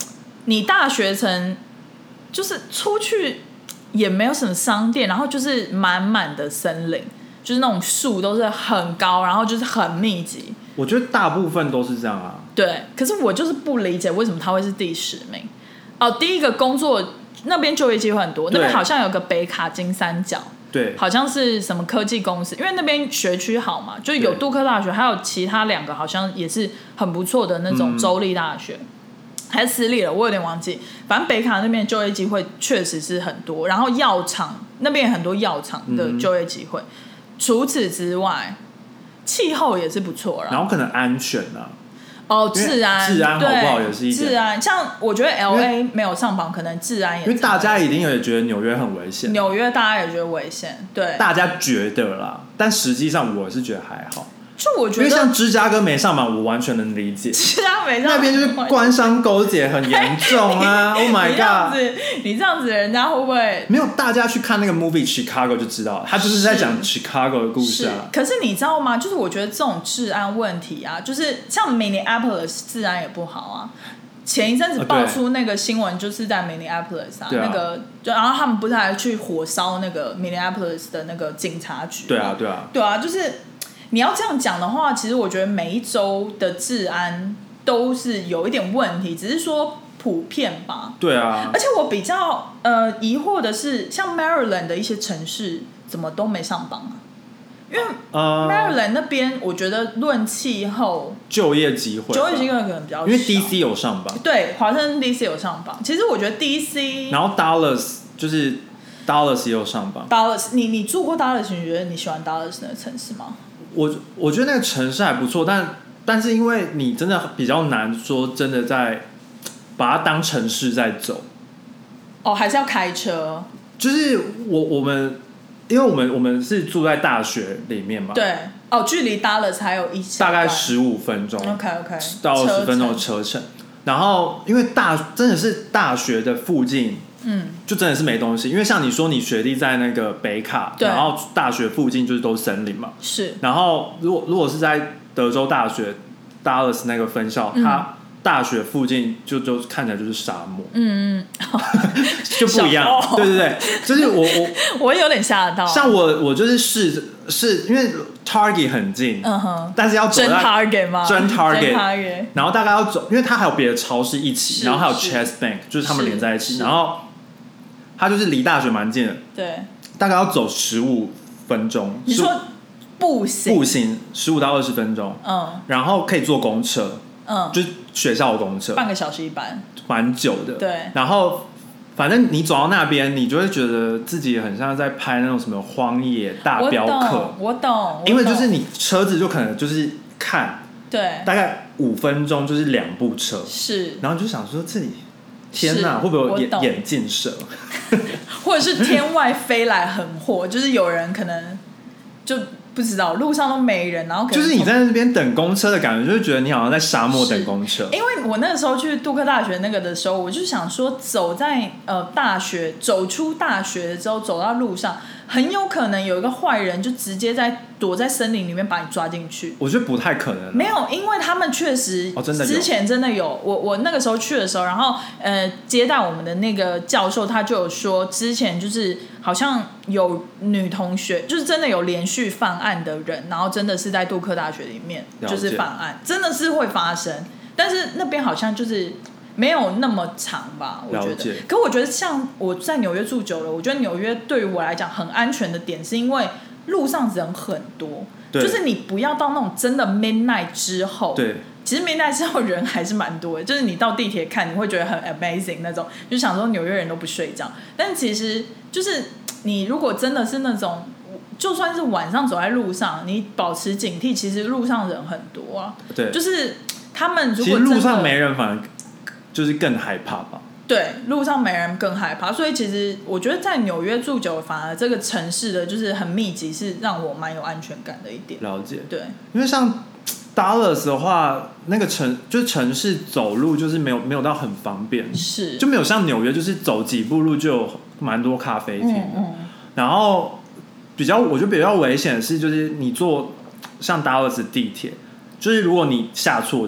Speaker 1: 你大学城就是出去也没有什么商店，然后就是满满的森林，就是那种树都是很高，然后就是很密集。
Speaker 2: 我觉得大部分都是这样啊。
Speaker 1: 对，可是我就是不理解为什么他会是第10名。哦，第一个工作那边就业机会很多，那边好像有个北卡金三角，
Speaker 2: 对，
Speaker 1: 好像是什么科技公司，因为那边学区好嘛，就有杜克大学，还有其他2个好像也是很不错的那种州立大学。还是私立了，我有点忘记。反正北卡那边就业机会确实是很多，然后药厂那边也很多药厂的就业机会。除此之外，气候也是不错啦，
Speaker 2: 然后可能安全啊。
Speaker 1: 哦，治安
Speaker 2: 好不好也是一点。
Speaker 1: 治安，像我觉得 LA 没有上榜，可能治安也
Speaker 2: 因为大家一定也觉得纽约很危险，
Speaker 1: 纽约大家也觉得危险，对，
Speaker 2: 大家觉得啦，但实际上我是觉得还好。
Speaker 1: 就我觉得，
Speaker 2: 因为像芝加哥没上榜，我完全能理解。
Speaker 1: 芝加哥没上榜
Speaker 2: 那边就是官商勾结很严重啊！Oh my god！
Speaker 1: 你这样子，人家会不会
Speaker 2: 没有？大家去看那个 movie Chicago 就知道了，他就是在讲 Chicago 的故事啊。
Speaker 1: 可是你知道吗？就是我觉得这种治安问题啊，就是像 Minneapolis 治安也不好啊。前一阵子爆出那个新闻，就是在 Minneapolis 啊，那个然后他们不是还去火烧那个 Minneapolis 的那个警察局？
Speaker 2: 对啊，
Speaker 1: 就是。你要这样讲的话，其实我觉得每一州的治安都是有一点问题，只是说普遍吧。
Speaker 2: 对啊。
Speaker 1: 而且我比较疑惑的是，像 Maryland 的一些城市怎么都没上榜啊？因为 Maryland 那边，我觉得论气候、
Speaker 2: 就业机会可
Speaker 1: 能比较少，
Speaker 2: 因为 DC 有上榜。
Speaker 1: 对，华盛顿 DC 有上榜。其实我觉得 DC，
Speaker 2: 然后 Dallas 就是 Dallas 也有上榜。
Speaker 1: Dallas， 你住过 Dallas， 你觉得你喜欢 Dallas 那个城市吗？
Speaker 2: 我觉得那个城市还不错，但是因为你真的比较难说真的在把它当城市在走。
Speaker 1: 哦，还是要开车。
Speaker 2: 就是我们，因为我们是住在大学里面嘛。
Speaker 1: 对。哦，距离 Dallas 还有
Speaker 2: 大概15分钟。
Speaker 1: OK
Speaker 2: 到20分钟的车程。然后因为真的是大学的附近。就真的是没东西，因为像你说，你学历在那个北卡，然后大学附近就是都是森林嘛。是。然后如果是在德州大学 Dallas 那个分校，它大学附近就看起来就是沙漠。就不一样。对，就是
Speaker 1: 我有点吓到。
Speaker 2: 像我就是是因为 Target 很近，但是要走
Speaker 1: 真 Target 吗？
Speaker 2: 真 Target， 然后大概要走，因为它还有别的超市一起，然后还有 Chase Bank， 就是他们连在一起，然后它就是离大学蛮近的，
Speaker 1: 对，
Speaker 2: 大概要走15分钟。
Speaker 1: 你说步行
Speaker 2: 15到20分钟，然后可以坐公车，就是学校的公车，
Speaker 1: 半个小时一班，
Speaker 2: 蛮久的，
Speaker 1: 对，
Speaker 2: 然后。反正你走到那边，你就会觉得自己很像在拍那种什么荒野大镖客。
Speaker 1: 我懂。
Speaker 2: 因为就是你车子就可能就是看，
Speaker 1: 对，
Speaker 2: 大概5分钟就是2部车，
Speaker 1: 是，
Speaker 2: 然后就想说这里，天哪，会不会有眼镜蛇，
Speaker 1: 或者是天外飞来横祸，就是有人可能就。不知道路上都没人，然后
Speaker 2: 就是你在那边等公车的感觉，就是觉得你好像在沙漠等公车。
Speaker 1: 因为我那个时候去杜克大学那个的时候，我就想说，走在大学走出大学之后，走到路上，很有可能有一个坏人就直接躲在森林里面把你抓进去。
Speaker 2: 我觉得不太可能。
Speaker 1: 没有，因为他们确实之前真的有。我那个时候去的时候，然后接待我们的那个教授他就有说，之前就是好像有女同学，就是真的有连续犯案的人，然后真的是在杜克大学里面就是犯案，真的是会发生。但是那边好像就是没有那么长吧，我觉得。可我觉得像我在纽约住久了，我觉得纽约对于我来讲很安全的点，是因为路上人很多，就是你不要到那种真的 midnight 之后。对。其实 midnight 之后人还是蛮多的，就是你到地铁看，你会觉得很 amazing 那种，就想说纽约人都不睡觉。但其实就是你如果真的是那种，就算是晚上走在路上，你保持警惕，其实路上人很多啊。对，就是他们如果真的
Speaker 2: 其实路上没人，反而就是更害怕吧。
Speaker 1: 对，路上没人更害怕，所以其实我觉得在纽约住久，反而这个城市的就是很密集，是让我蛮有安全感的一点。
Speaker 2: 了解，
Speaker 1: 对，
Speaker 2: 因为像Dallas 的话，那个就是城市走路就是没有到很方便，是就没有像纽约，就是走几步路就有蛮多咖啡厅的。然后我觉得比较危险的是，就是你坐像 Dallas 地铁，就是如果你下错站，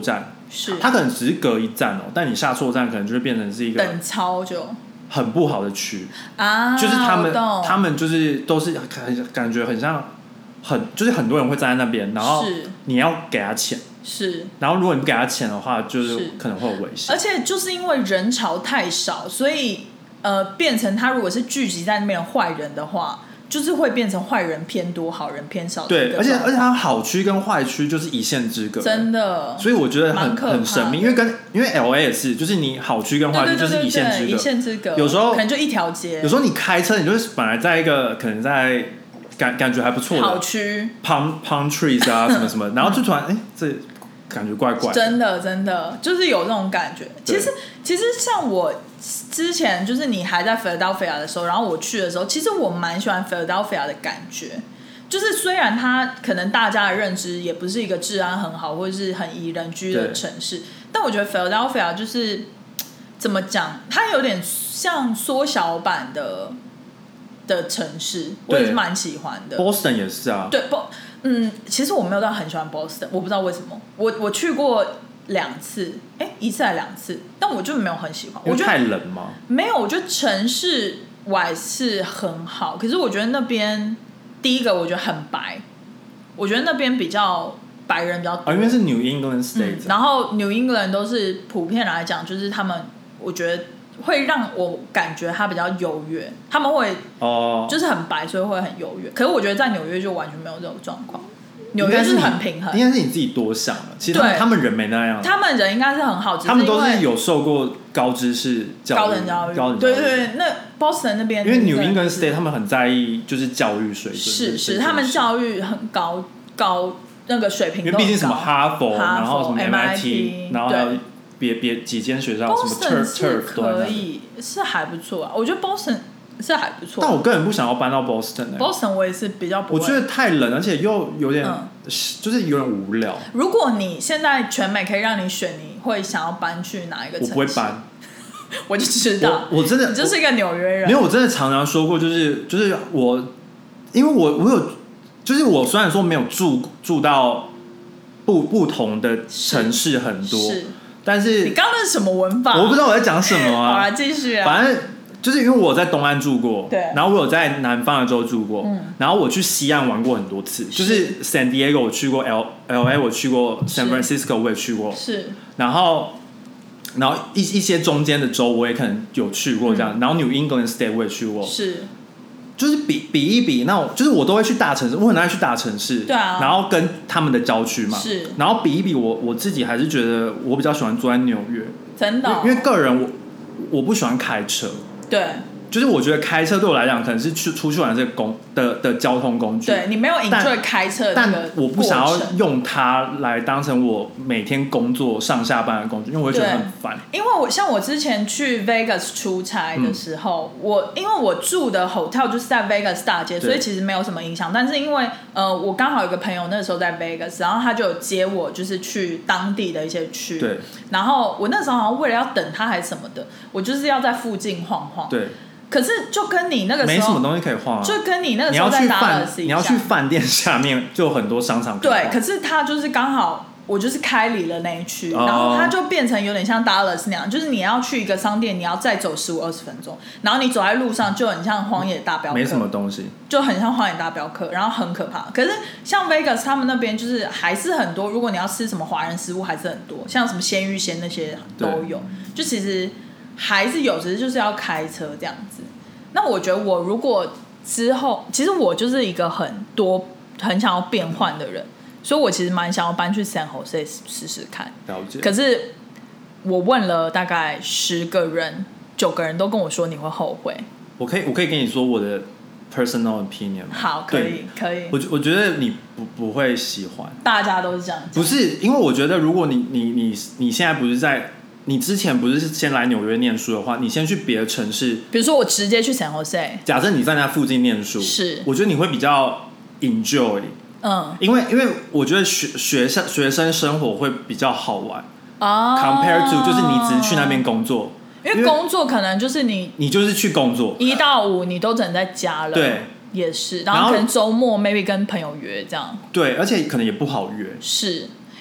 Speaker 1: 是
Speaker 2: 它可能只是隔一站但你下错站可能就会变成是一个
Speaker 1: 等超久
Speaker 2: 很不好的区
Speaker 1: 啊，
Speaker 2: 就是他们就是都是感觉很像就是很多人会站在那边，然后你要给他钱，
Speaker 1: 是，
Speaker 2: 然后如果你不给他钱的话，就是可能会有危险。
Speaker 1: 而且就是因为人潮太少，所以变成他如果是聚集在那边的坏人的话，就是会变成坏人偏多，好人偏少的。
Speaker 2: 对，而且它好区跟坏区就是一线之隔，
Speaker 1: 真的。
Speaker 2: 所以我觉得很神秘，因为 LA 也是，就是你好区跟坏区就是一线之隔，
Speaker 1: 一线之隔。
Speaker 2: 有时候
Speaker 1: 可能就一条街，
Speaker 2: 有时候你开车，你就是本来在一个可能在感觉还不错的
Speaker 1: 好区
Speaker 2: palm trees 啊什么什么，然后就突然这感觉怪怪的。
Speaker 1: 真的就是有那种感觉。其实像我之前就是你还在 Philadelphia 的时候，然后我去的时候，其实我蛮喜欢 Philadelphia 的感觉。就是虽然它可能大家的认知也不是一个治安很好或者是很宜人居的城市，但我觉得 Philadelphia 就是怎么讲，它有点像缩小版的城市，我也是蛮喜欢的。
Speaker 2: Boston 也是啊。
Speaker 1: 对，其实我没有到很喜欢 Boston， 我不知道为什么。我去过2次，一次还2次，但我就没有很喜欢。
Speaker 2: 因为太冷吗？
Speaker 1: 没有，我觉得城市外是很好，可是我觉得那边第一个我觉得很白，我觉得那边比较白人比较多，
Speaker 2: 因为是 New England State，
Speaker 1: 然后 New England 都是普遍来讲，就是他们我觉得会让我感觉他比较优越，他们会就是很白，所以会很优越。可是我觉得在纽约就完全没有这种状况，纽约就是很平衡。
Speaker 2: 应该是你自己多想了，其实他们人没那样，
Speaker 1: 他们人应该是很好，
Speaker 2: 他们都是有受过高知识教育、
Speaker 1: 高等教育。对，那 Boston 那边，
Speaker 2: 因为 New England State 他们很在意就是教育水准，
Speaker 1: 是他们教育很高那个水平都很高，
Speaker 2: 因为毕竟什么哈佛，然后什么 MIT， 然后还有别几间学校，什么 Turf
Speaker 1: 可以是还不错啊，我觉得 Boston 是还不错，
Speaker 2: 但我个人不想要搬到 Boston。Boston
Speaker 1: 我也是比较不会，
Speaker 2: 我觉得太冷，而且又有点就是有点无聊。
Speaker 1: 如果你现在全美可以让你选，你会想要搬去哪一个城市？
Speaker 2: 我不会搬，
Speaker 1: 我就知道，
Speaker 2: 我真的
Speaker 1: 你就是一个纽约人。
Speaker 2: 没有，我真的常常说过，就是我，因为我有，就是我虽然说没有住到不同的城市很多，但是
Speaker 1: 你刚刚那是什么文法？
Speaker 2: 我不知道我在讲什么啊。
Speaker 1: 好啦，继续啊。
Speaker 2: 反正就是因为我在东岸住过，
Speaker 1: 对，
Speaker 2: 然后我有在南方的州住过，然后我去西岸玩过很多次，就是 San Diego 我去过 LA 我去过 San Francisco 我也去过，
Speaker 1: 是，
Speaker 2: 然后一些中间的州我也可能有去过这样，然后 New England State 我也去过，
Speaker 1: 是。
Speaker 2: 就是比一比，那就是我都会去大城市，我很爱去大城市，
Speaker 1: 对啊，
Speaker 2: 然后跟他们的郊区嘛，
Speaker 1: 是，
Speaker 2: 然后比一比，我自己还是觉得我比较喜欢住在纽约，
Speaker 1: 真的，
Speaker 2: 因为个人我不喜欢开车，
Speaker 1: 对，
Speaker 2: 就是我觉得开车对我来讲可能是出去玩这个的交通工具，
Speaker 1: 对你没有 enjoy 开车的那个过程，
Speaker 2: 但我不想要用它来当成我每天工作上下班的工具，因为我会觉得很烦。
Speaker 1: 因为像我之前去 Vegas 出差的时候，因为我住的 hotel 就是在 Vegas 大街，所以其实没有什么影响。但是因为我刚好有个朋友那时候在 Vegas， 然后他就有接我，就是去当地的一些区。
Speaker 2: 对。
Speaker 1: 然后我那时候好像为了要等他还是什么的，我就是要在附近晃晃。
Speaker 2: 对。
Speaker 1: 可是就跟你那个时候
Speaker 2: 没什么东西可以晃，
Speaker 1: 就跟你那个时候在达勒斯
Speaker 2: 你要去饭店下面就有很多商场可以晃。
Speaker 1: 对，可是他就是刚好我就是开离了那一区，然后它就变成有点像 Dallas 那样，就是你要去一个商店，你要再走15-20分钟，然后你走在路上就很像荒野大镖客，
Speaker 2: 没什么东西，
Speaker 1: 就很像荒野大镖客，然后很可怕。可是像 Vegas 他们那边就是还是很多，如果你要吃什么华人食物还是很多，像什么鲜芋仙那些都有，就其实还是有，只是就是要开车这样子。那我觉得我如果之后，其实我就是一个很想要变换的人，所以我其实蛮想要搬去 San Jose 试试看。
Speaker 2: 了解。
Speaker 1: 可是我问了大概10个人，9个人都跟我说你会后悔。
Speaker 2: 我可以跟你说我的 personal opinion 吗？
Speaker 1: 好，可以。
Speaker 2: 我觉得你不会喜欢。
Speaker 1: 大家都是这样讲。
Speaker 2: 不是，因为我觉得如果你现在不是在。你之前不是先来纽约念书的话，你先去别的城市，
Speaker 1: 比如说我直接去 San Jose。
Speaker 2: 假设你在那附近念书，
Speaker 1: 是，
Speaker 2: 我觉得你会比较 enjoy，因为我觉得学生生活会比较好玩，compare to 就是你只是去那边工作，
Speaker 1: 因为工作可能就是你
Speaker 2: 就是去工作
Speaker 1: 1到5你都只能在家了，
Speaker 2: 对，
Speaker 1: 也是，然后可能周末 maybe 跟朋友约这样，
Speaker 2: 对，而且可能也不好约，
Speaker 1: 是。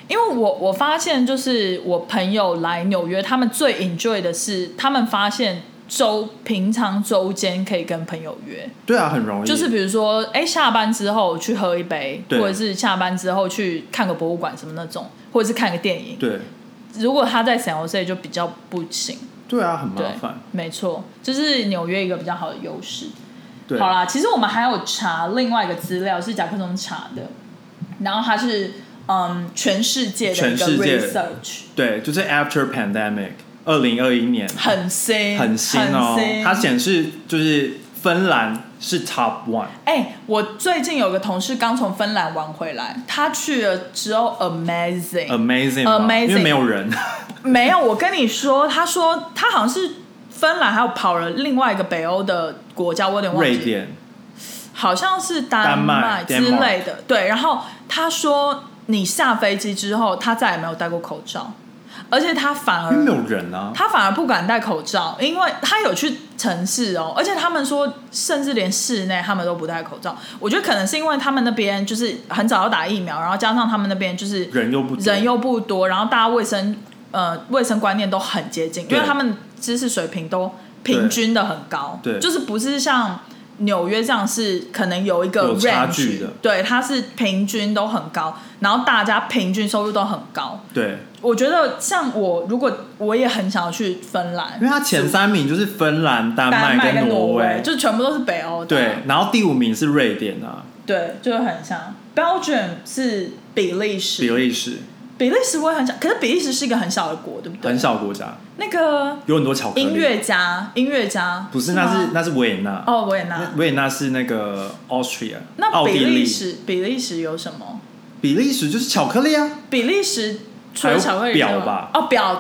Speaker 1: 因为我发现就是我朋友来纽约，他们最 enjoy 的是他们发现平常周间可以跟朋友约。
Speaker 2: 对啊，很容易。
Speaker 1: 就是比如说下班之后去喝一杯，或者是下班之后去看个博物馆什么那种，或者是看个电影。
Speaker 2: 对，
Speaker 1: 如果他在 San Jose 就比较不行。
Speaker 2: 对啊，很麻烦。
Speaker 1: 没错，这是纽约一个比较好的优势。
Speaker 2: 对，
Speaker 1: 好啦，其实我们还有查另外一个资料是甲克松查的，然后它是全世界的一个 research。
Speaker 2: 对，就是 After Pandemic 2021年，
Speaker 1: 很新
Speaker 2: 哦。它显示就是芬兰是 Top 1。
Speaker 1: 我最近有个同事刚从芬兰玩回来，他去了之后 amazing，
Speaker 2: 因为没有人。
Speaker 1: 没有，我跟你说，他说他好像是芬兰，还有跑了另外一个北欧的国家，我有点忘记，
Speaker 2: 瑞典，
Speaker 1: 好像是丹麦之类的。对，然后他说你下飞机之后，他再也没有戴过口罩，而且他反而
Speaker 2: 没有人啊，
Speaker 1: 他反而不敢戴口罩，因为他有去城市哦，而且他们说，甚至连室内他们都不戴口罩。我觉得可能是因为他们那边就是很早要打疫苗，然后加上他们那边就是人又不多，然后大家卫生观念都很接近，因为他们知识水平都平均的很高，
Speaker 2: 对，
Speaker 1: 就是不是像纽约这样是可能有一个 range，
Speaker 2: 差距的，
Speaker 1: 对，它是平均都很高，然后大家平均收入都很高。
Speaker 2: 对，
Speaker 1: 我觉得像如果我也很想要去芬兰，
Speaker 2: 因为它前3名就是芬兰、丹麦跟挪威，
Speaker 1: 就全部都是北欧的。
Speaker 2: 对，然后第5名是瑞典啊，
Speaker 1: 对，就很像。Belgium 是比利时我也很想，可是比利时是一个很小的国，对不对？
Speaker 2: 很小国家。
Speaker 1: 那个
Speaker 2: 有很多巧克力。音乐
Speaker 1: 家
Speaker 2: 不是，那是维也纳。
Speaker 1: 哦，维也纳
Speaker 2: 是那个 Austria。
Speaker 1: 那比利时有什么？
Speaker 2: 比利时就是巧克力啊。
Speaker 1: 比利时除了巧克力
Speaker 2: 表吧？
Speaker 1: 哦，表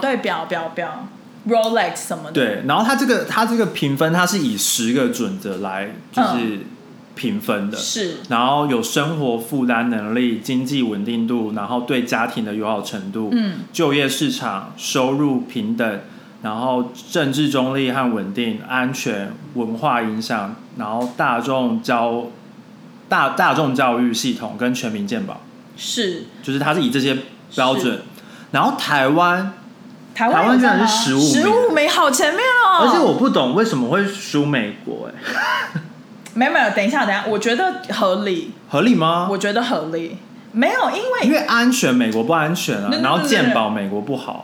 Speaker 1: Rolex 什么的。
Speaker 2: 对，然后它这个评分，它是以10个准则来就是评分的，
Speaker 1: 是，
Speaker 2: 然后有生活负担能力、经济稳定度，然后对家庭的友好程度，就业市场、收入平等，然后政治中立和稳定、安全、文化影响，然后大众教育系统跟全民健保，
Speaker 1: 是，
Speaker 2: 就是它是以这些标准，然后台湾居然是
Speaker 1: 15名，好前面哦！
Speaker 2: 而且我不懂为什么会输美国
Speaker 1: 没有，等一下，我觉得合理
Speaker 2: 吗？
Speaker 1: 我觉得合理，没有，
Speaker 2: 因为安全美国不安全啊，然后健保美国不好，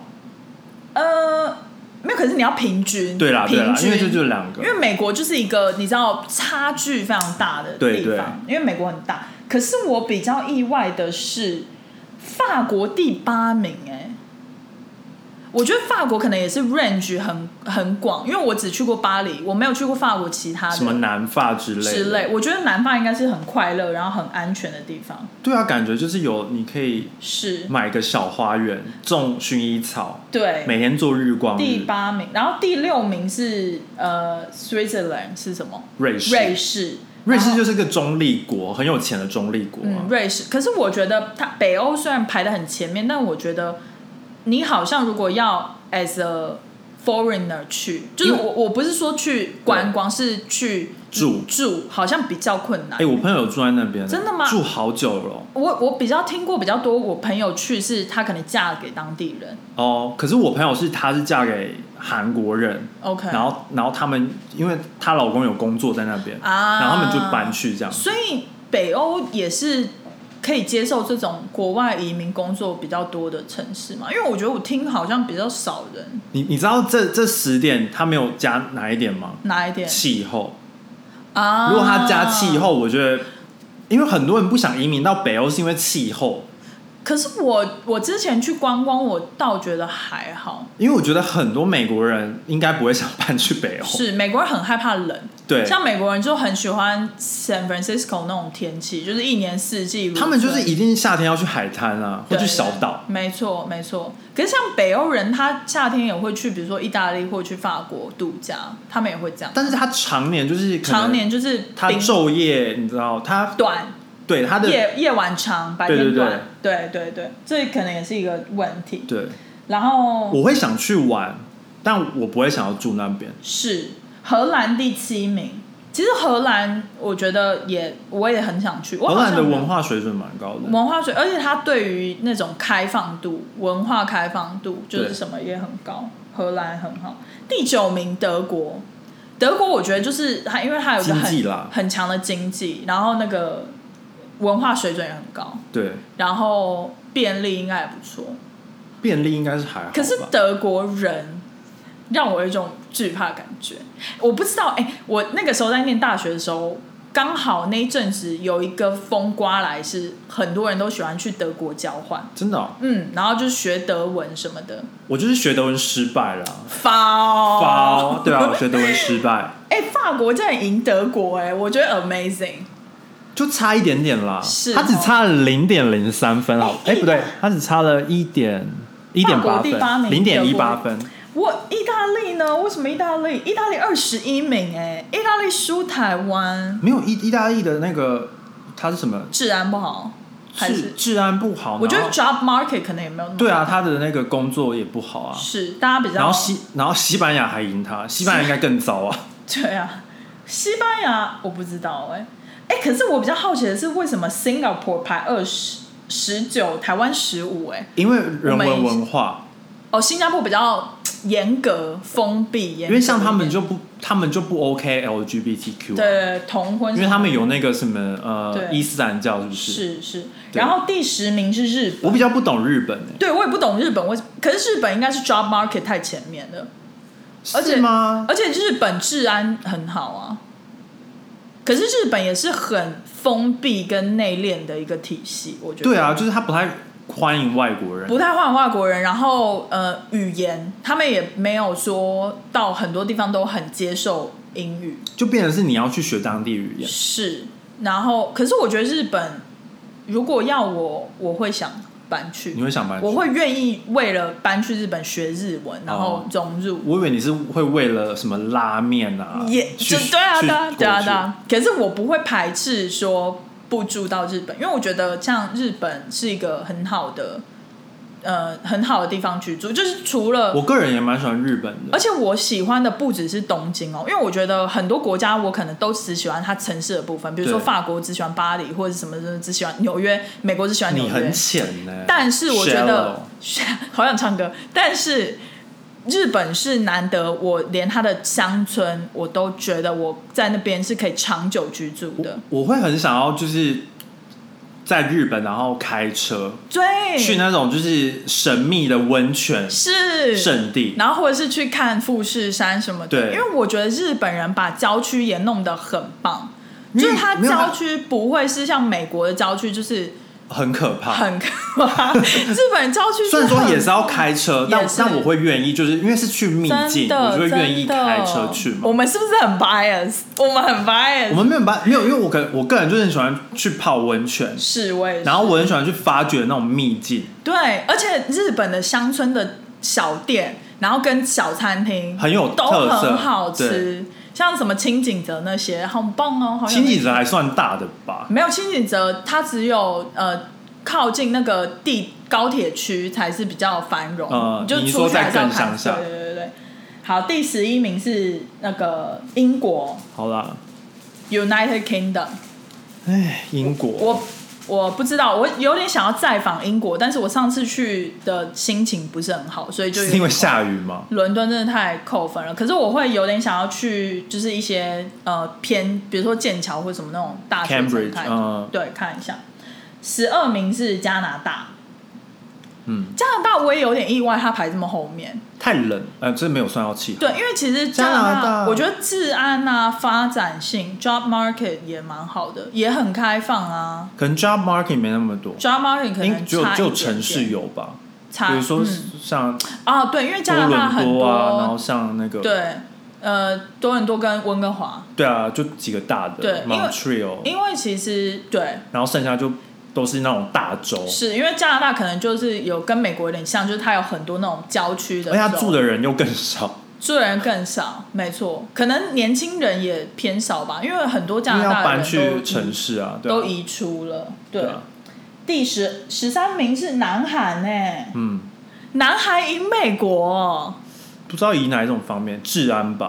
Speaker 1: 没有，可是你要平均，
Speaker 2: 对啦，因为这就是2个，
Speaker 1: 因为美国就是一个你知道差距非常大的地方，因为美国很大，可是我比较意外的是法国第8名，我觉得法国可能也是 range 很广，因为我只去过巴黎，我没有去过法国其他的
Speaker 2: 什么南法之类。
Speaker 1: 我觉得南法应该是很快乐，然后很安全的地方。
Speaker 2: 对啊，感觉就是你可以买个小花园，种薰衣草，
Speaker 1: 对，
Speaker 2: 每天做日光浴。
Speaker 1: 第8名，然后第6名是Switzerland 是什么？瑞士
Speaker 2: 就是个中立国，很有钱的中立国
Speaker 1: 瑞士。可是我觉得北欧虽然排得很前面，但我觉得你好像如果要 as a foreigner 去，就是我不是说去观光，是去住，好像比较困难。
Speaker 2: 我朋友有住在那边，
Speaker 1: 真的吗？
Speaker 2: 住好久了。
Speaker 1: 我比较听过比较多，我朋友去是他可能嫁给当地人。
Speaker 2: 可是我朋友她是嫁给韩国人
Speaker 1: ，OK，
Speaker 2: 然后他们因为她老公有工作在那边然后他们就搬去这样。
Speaker 1: 所以北欧也是可以接受这种国外移民工作比较多的城市嘛？因为我觉得我听好像比较少人。
Speaker 2: 你知道这10点他没有加哪一点吗？
Speaker 1: 哪一点？
Speaker 2: 气候啊！如果他加气候，我觉得，因为很多人不想移民到北欧是因为气候。
Speaker 1: 可是我之前去观光，我倒觉得还好，
Speaker 2: 因为我觉得很多美国人应该不会想搬去北欧。
Speaker 1: 是美国人很害怕冷，
Speaker 2: 对，
Speaker 1: 像美国人就很喜欢 San Francisco 那种天气，就是1年4季。
Speaker 2: 他们就是一定夏天要去海滩啊，或去小岛。
Speaker 1: 没错。可是像北欧人，他夏天也会去，比如说意大利或去法国度假，他们也会这样。
Speaker 2: 但是他常年就是他昼夜，你知道他
Speaker 1: 短。
Speaker 2: 对，他的
Speaker 1: 夜晚长，白天短，对，这可能也是一个问题。
Speaker 2: 对，
Speaker 1: 然后
Speaker 2: 我会想去玩，但我不会想要住那边。
Speaker 1: 是荷兰第7名， 其实荷兰，我觉得我也很想去。
Speaker 2: 荷兰的文化水准蛮高的，
Speaker 1: 而且它对于那种开放度、文化开放度，就是什么也很高。荷兰很好。第9名德国，我觉得就是它，因为它有一个很强的经济，然后那个文化水准也很高，
Speaker 2: 对，
Speaker 1: 然后便利应该也不错。
Speaker 2: 便利应该是还好吧，
Speaker 1: 可是德国人让我有一种惧怕感觉。我不知道，我那个时候在念大学的时候，刚好那一阵子有一个风刮来，是很多人都喜欢去德国交换。
Speaker 2: 真的
Speaker 1: 然后就是学德文什么的。
Speaker 2: 我就是学德文失败了。
Speaker 1: 发
Speaker 2: 对啊，我学德文失败。
Speaker 1: 法国竟然赢德国，我觉得 amazing。
Speaker 2: 就差一点点啦，
Speaker 1: 是
Speaker 2: 他只差了0.03分，不对，他只差了1.8分，0.18分。
Speaker 1: 意大利呢？为什么意大利21名？意大利输台湾。
Speaker 2: 没有意大利的那个，他是什么？
Speaker 1: 治安不好，还是
Speaker 2: 治安不好？
Speaker 1: 我觉得 job market 可能也没有那么好。
Speaker 2: 对啊，他的那个工作也不好啊。
Speaker 1: 是大家比较。
Speaker 2: 然后西班牙还赢他，西班牙应该更糟啊。
Speaker 1: 对啊，西班牙我不知道可是我比较好奇的是，为什么 Singapore 排19，台湾15？
Speaker 2: 因为人文化。
Speaker 1: 新加坡比较严格封闭，因
Speaker 2: 为像他们就不 OK LGBTQ，
Speaker 1: 对同婚，
Speaker 2: 因为他们有那个什么伊斯兰教，是不是？
Speaker 1: 是。然后第10名是日本，
Speaker 2: 我比较不懂日本
Speaker 1: 对我也不懂日本，可是日本应该是 job market 太前面了，
Speaker 2: 是吗？
Speaker 1: 而且日本治安很好啊，可是日本也是很封闭跟内敛的一个体系，我觉得。
Speaker 2: 对啊，就是他不太欢迎外国人，
Speaker 1: 然后语言他们也没有说到很多地方都很接受英语，
Speaker 2: 就变成是你要去学当地语言。
Speaker 1: 是，然后可是我觉得日本如果要我会想搬去。
Speaker 2: 你会想搬去？
Speaker 1: 我会愿意为了搬去日本学日文，然后融入。
Speaker 2: 我以为你是会为了什么拉面啊，
Speaker 1: 对啊，可是我不会排斥说不住到日本，因为我觉得像日本是一个很好的地方居住，就是除了
Speaker 2: 我个人也蛮喜欢日本的，
Speaker 1: 而且我喜欢的不只是东京因为我觉得很多国家我可能都只喜欢它城市的部分，比如说法国只喜欢巴黎，或者什么只喜欢纽约，美国只喜欢纽约。
Speaker 2: 你很浅
Speaker 1: 但是我觉得好想唱歌，但是日本是难得，我连它的乡村我都觉得我在那边是可以长久居住的。
Speaker 2: 我会很想要就是在日本，然后开车
Speaker 1: 对
Speaker 2: 去那种就是神秘的温泉圣地，
Speaker 1: 然后或者是去看富士山什么的。
Speaker 2: 对，
Speaker 1: 因为我觉得日本人把郊区也弄得很棒，就是它郊区不会是像美国的郊区，就是
Speaker 2: 很可怕。
Speaker 1: 日本郊区
Speaker 2: 虽然说也是要开车，但我会愿意，就是因为是去秘境，我就会愿意开车去嘛。
Speaker 1: 我们是不是很 bias？ 我们很 bias。
Speaker 2: 我们没有，因为我个人就是很喜欢去泡温泉，
Speaker 1: 是我也是。
Speaker 2: 然后我很喜欢去发掘那种秘境。
Speaker 1: 对，而且日本的乡村的小店，然后跟小餐厅
Speaker 2: 很有特色，
Speaker 1: 都很好吃。像什么清景泽那些，好棒哦！
Speaker 2: 清景泽还算大的吧？
Speaker 1: 没有，清景泽它只有靠近那个高铁区才是比较繁荣。
Speaker 2: 你说在更乡下。
Speaker 1: 对。好，第11名是那个英国。
Speaker 2: 好啦
Speaker 1: ，United Kingdom。
Speaker 2: 英国。
Speaker 1: 我不知道，我有点想要再访英国，但是我上次去的心情不是很好，所以就是
Speaker 2: 因为下雨吗？
Speaker 1: 伦敦真的太扣分了。可是我会有点想要去，就是一些偏，比如说剑桥或什么那种大学城看，对，看一下。12名是加拿大。加拿大我也有点意外，它排这么后面。
Speaker 2: 太冷，这没有算到气候。
Speaker 1: 对，因为其实加拿大，我觉得治安啊、发展性 ，job market 也蛮好的，也很开放啊。
Speaker 2: 可能 job market 没那么多
Speaker 1: ，job market 可能
Speaker 2: 只有城市有吧。比如说像
Speaker 1: 对，因为加拿大很多
Speaker 2: 然后像那个
Speaker 1: 多伦多跟温哥华。
Speaker 2: 对啊，就几个大的。
Speaker 1: 对
Speaker 2: ，Montreal。
Speaker 1: 因为其实对，
Speaker 2: 然后剩下就都是那种大州，
Speaker 1: 是因为加拿大可能就是有跟美国有点像，就是它有很多那种郊区的，
Speaker 2: 而且它住的人又更少，
Speaker 1: 没错，可能年轻人也偏少吧，因为很多加拿大人
Speaker 2: 要搬去城市啊，
Speaker 1: 都移出了。对，第13名是南韩南韩赢美国，
Speaker 2: 不知道以哪一种方面，治安吧。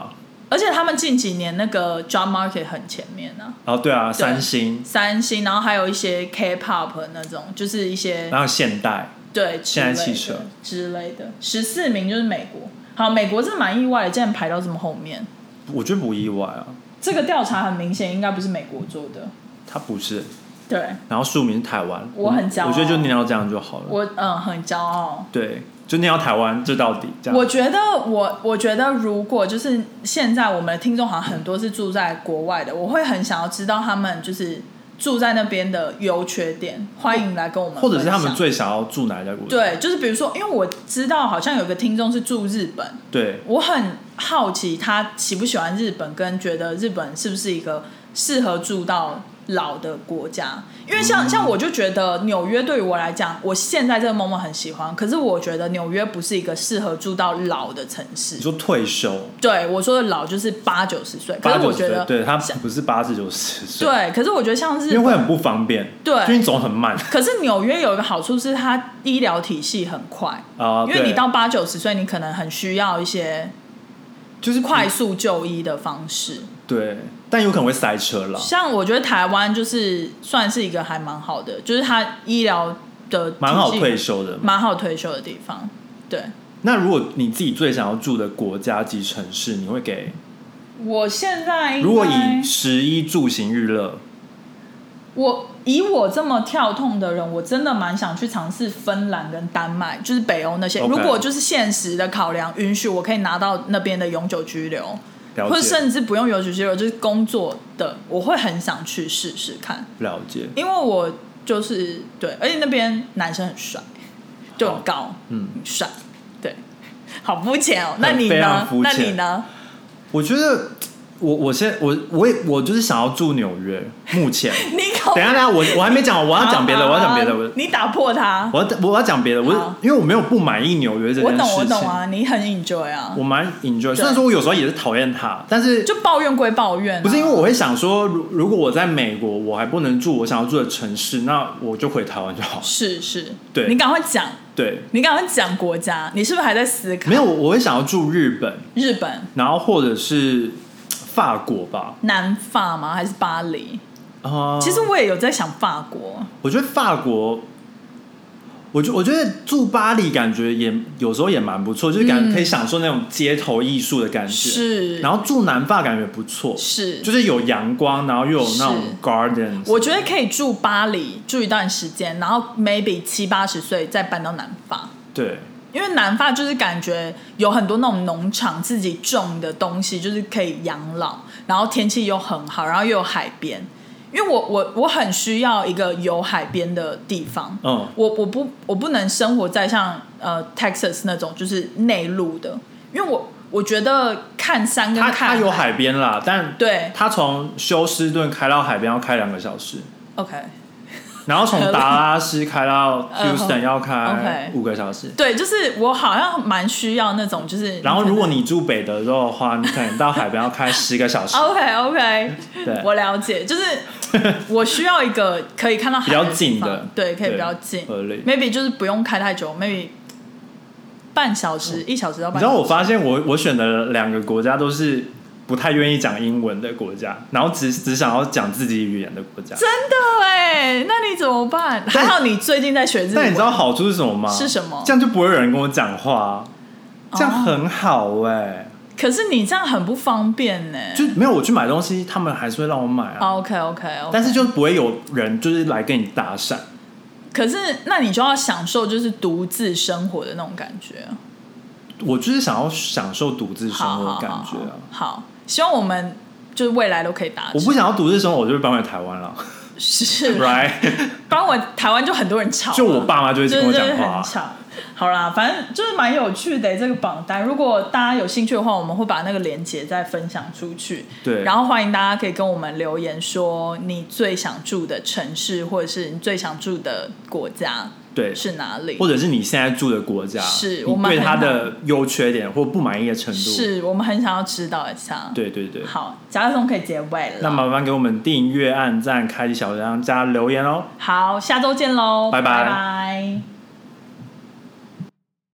Speaker 1: 而且他们近几年那个 job market 很前面啊。
Speaker 2: 哦，对啊，三星，
Speaker 1: 然后还有一些 K-pop 那种，就是一些，
Speaker 2: 然后现代，
Speaker 1: 对，
Speaker 2: 现代汽车
Speaker 1: 之类的。14名就是美国。好，美国真的蛮意外的，竟然排到这么后面。
Speaker 2: 我觉得不意外啊。
Speaker 1: 这个调查很明显应该不是美国做的。
Speaker 2: 它不是。对。然后庶民是台湾。
Speaker 1: 我很骄傲。
Speaker 2: 我觉得就念到这样就好了。
Speaker 1: 我很骄傲。
Speaker 2: 对。就念到台湾，就到底这样。
Speaker 1: 我觉得如果就是现在我们的听众好像很多是住在国外的，我会很想要知道他们就是住在那边的优缺点，欢迎来跟我们分享。
Speaker 2: 或者是他们最想要住哪一家国家？
Speaker 1: 对，就是比如说，因为我知道好像有个听众是住日本，
Speaker 2: 对，
Speaker 1: 我很好奇他喜不喜欢日本，跟觉得日本是不是一个适合住到老的国家。因为像我就觉得纽约对于我来讲，我现在这个 moment 很喜欢，可是我觉得纽约不是一个适合住到老的城市。
Speaker 2: 你说退休？对，
Speaker 1: 我说的老就是80-90岁，可是我觉得
Speaker 2: 对，他不是80-90岁。
Speaker 1: 对，可是我觉得像日本，
Speaker 2: 因为会很不方便，对，因为你走很慢。
Speaker 1: 可是纽约有一个好处是它医疗体系很快因为你到80-90岁，你可能很需要一些就是快速就医的方式。
Speaker 2: 对，但有可能会塞车了。
Speaker 1: 像我觉得台湾就是算是一个还蛮好的，就是它医疗的
Speaker 2: 蛮好退休的，
Speaker 1: 蛮好退休的地方。对。
Speaker 2: 那如果你自己最想要住的国家及城市，你会给？
Speaker 1: 我现在
Speaker 2: 如果以食衣住行娱乐，
Speaker 1: 以我这么跳痛的人，我真的蛮想去尝试芬兰跟丹麦，就是北欧那些。如果就是现实的考量允许，我可以拿到那边的永久居留。或者甚至不用永久居留，就是工作的，我会很想去试试看。
Speaker 2: 了解，
Speaker 1: 因为我就是对，而且那边男生很帅，就很高，很帅，对，好肤浅哦。那你呢？那你呢？
Speaker 2: 我觉得我就是想要住纽约，目前。等一下，我还没讲，我要讲别的，我要讲别的。
Speaker 1: 你打破它。
Speaker 2: 我要讲别的，因为我没有不满意纽约这件事情。
Speaker 1: 我懂啊，你很 enjoy 啊。
Speaker 2: 我蛮 enjoy，虽然说我有时候也是讨厌它，但是
Speaker 1: 就抱怨归抱怨，
Speaker 2: 不是因为我会想说，如果我在美国，我还不能住我想要住的城市，那我就回台湾就好了。
Speaker 1: 是，
Speaker 2: 对，
Speaker 1: 你赶快讲。
Speaker 2: 对，
Speaker 1: 你赶快讲国家，你是不是还在思考？
Speaker 2: 没有，我会想要住日本，然后或者是法国吧。
Speaker 1: 南法吗？还是巴黎？其实我也有在想法国。
Speaker 2: 我觉得法国，我觉得住巴黎感觉也有时候也蛮不错，就是可以享受那种街头艺术的感觉。
Speaker 1: 是，
Speaker 2: 然后住南法感觉不错，
Speaker 1: 是，
Speaker 2: 就是有阳光，然后又有那种 garden。
Speaker 1: 我觉得可以住巴黎住一段时间，然后 maybe 70-80岁再搬到南法。
Speaker 2: 对。
Speaker 1: 因为南法就是感觉有很多那种农场自己种的东西，就是可以养老，然后天气又很好，然后又有海边。因为我很需要一个有海边的地方，我不能生活在像Texas 那种就是内陆的，因为我觉得看山跟看海，
Speaker 2: 它有海边啦，但
Speaker 1: 对，
Speaker 2: 它从休斯顿开到海边要开2个小时
Speaker 1: ，OK。
Speaker 2: 然后从达拉斯开到 Houston 要开5个小时。
Speaker 1: 对，就是我好像蛮需要那种，就是。
Speaker 2: 然后如果你住北德州的话，你可能到海边要开10个小时。
Speaker 1: OK，
Speaker 2: 对，
Speaker 1: 我了解，就是我需要一个可以看到海
Speaker 2: 比较近的，
Speaker 1: 对，可以比较近。
Speaker 2: 合理
Speaker 1: ，maybe 就是不用开太久 ，maybe 半小时、1小时到半小时。
Speaker 2: 你知道我发现我选的2个国家都是不太愿意讲英文的国家，然后只想要讲自己语言的国家。
Speaker 1: 真的哎，那你怎么办？还好你最近在学日文。
Speaker 2: 但你知道好处是什么吗？
Speaker 1: 是什么？
Speaker 2: 这样就不会有人跟我讲话，这样很好哎。
Speaker 1: 可是你这样很不方便呢。
Speaker 2: 就没有我去买东西，他们还是会让我买啊。
Speaker 1: OK，
Speaker 2: 但是就不会有人就是来跟你搭讪。
Speaker 1: 可是那你就要享受就是独自生活的那种感觉。
Speaker 2: 我就是想要享受独自生活的感觉啊。
Speaker 1: 好，希望我们就是未来都可以达成。
Speaker 2: 我不想要独自生活，我就会搬回台湾了。
Speaker 1: 是
Speaker 2: ，right？
Speaker 1: 搬回台湾就很多人吵，
Speaker 2: 就我爸妈就会跟我讲话，
Speaker 1: 很吵。好啦，反正就是蛮有趣的这个榜单。如果大家有兴趣的话，我们会把那个连结再分享出去。
Speaker 2: 对，
Speaker 1: 然后欢迎大家可以跟我们留言说你最想住的城市，或者是你最想住的国家。
Speaker 2: 对，
Speaker 1: 是哪里？
Speaker 2: 或者是你现在住的国家，
Speaker 1: 是我们
Speaker 2: 对它的优缺点或不满意的程度，
Speaker 1: 是我们很想要知道一下。
Speaker 2: 对对对，
Speaker 1: 好，甲壳虫可以结尾了。
Speaker 2: 那麻烦给我们订阅、按赞、开启小铃铛、加留言哦。
Speaker 1: 好，下周见喽，
Speaker 2: 拜拜。
Speaker 1: 拜拜。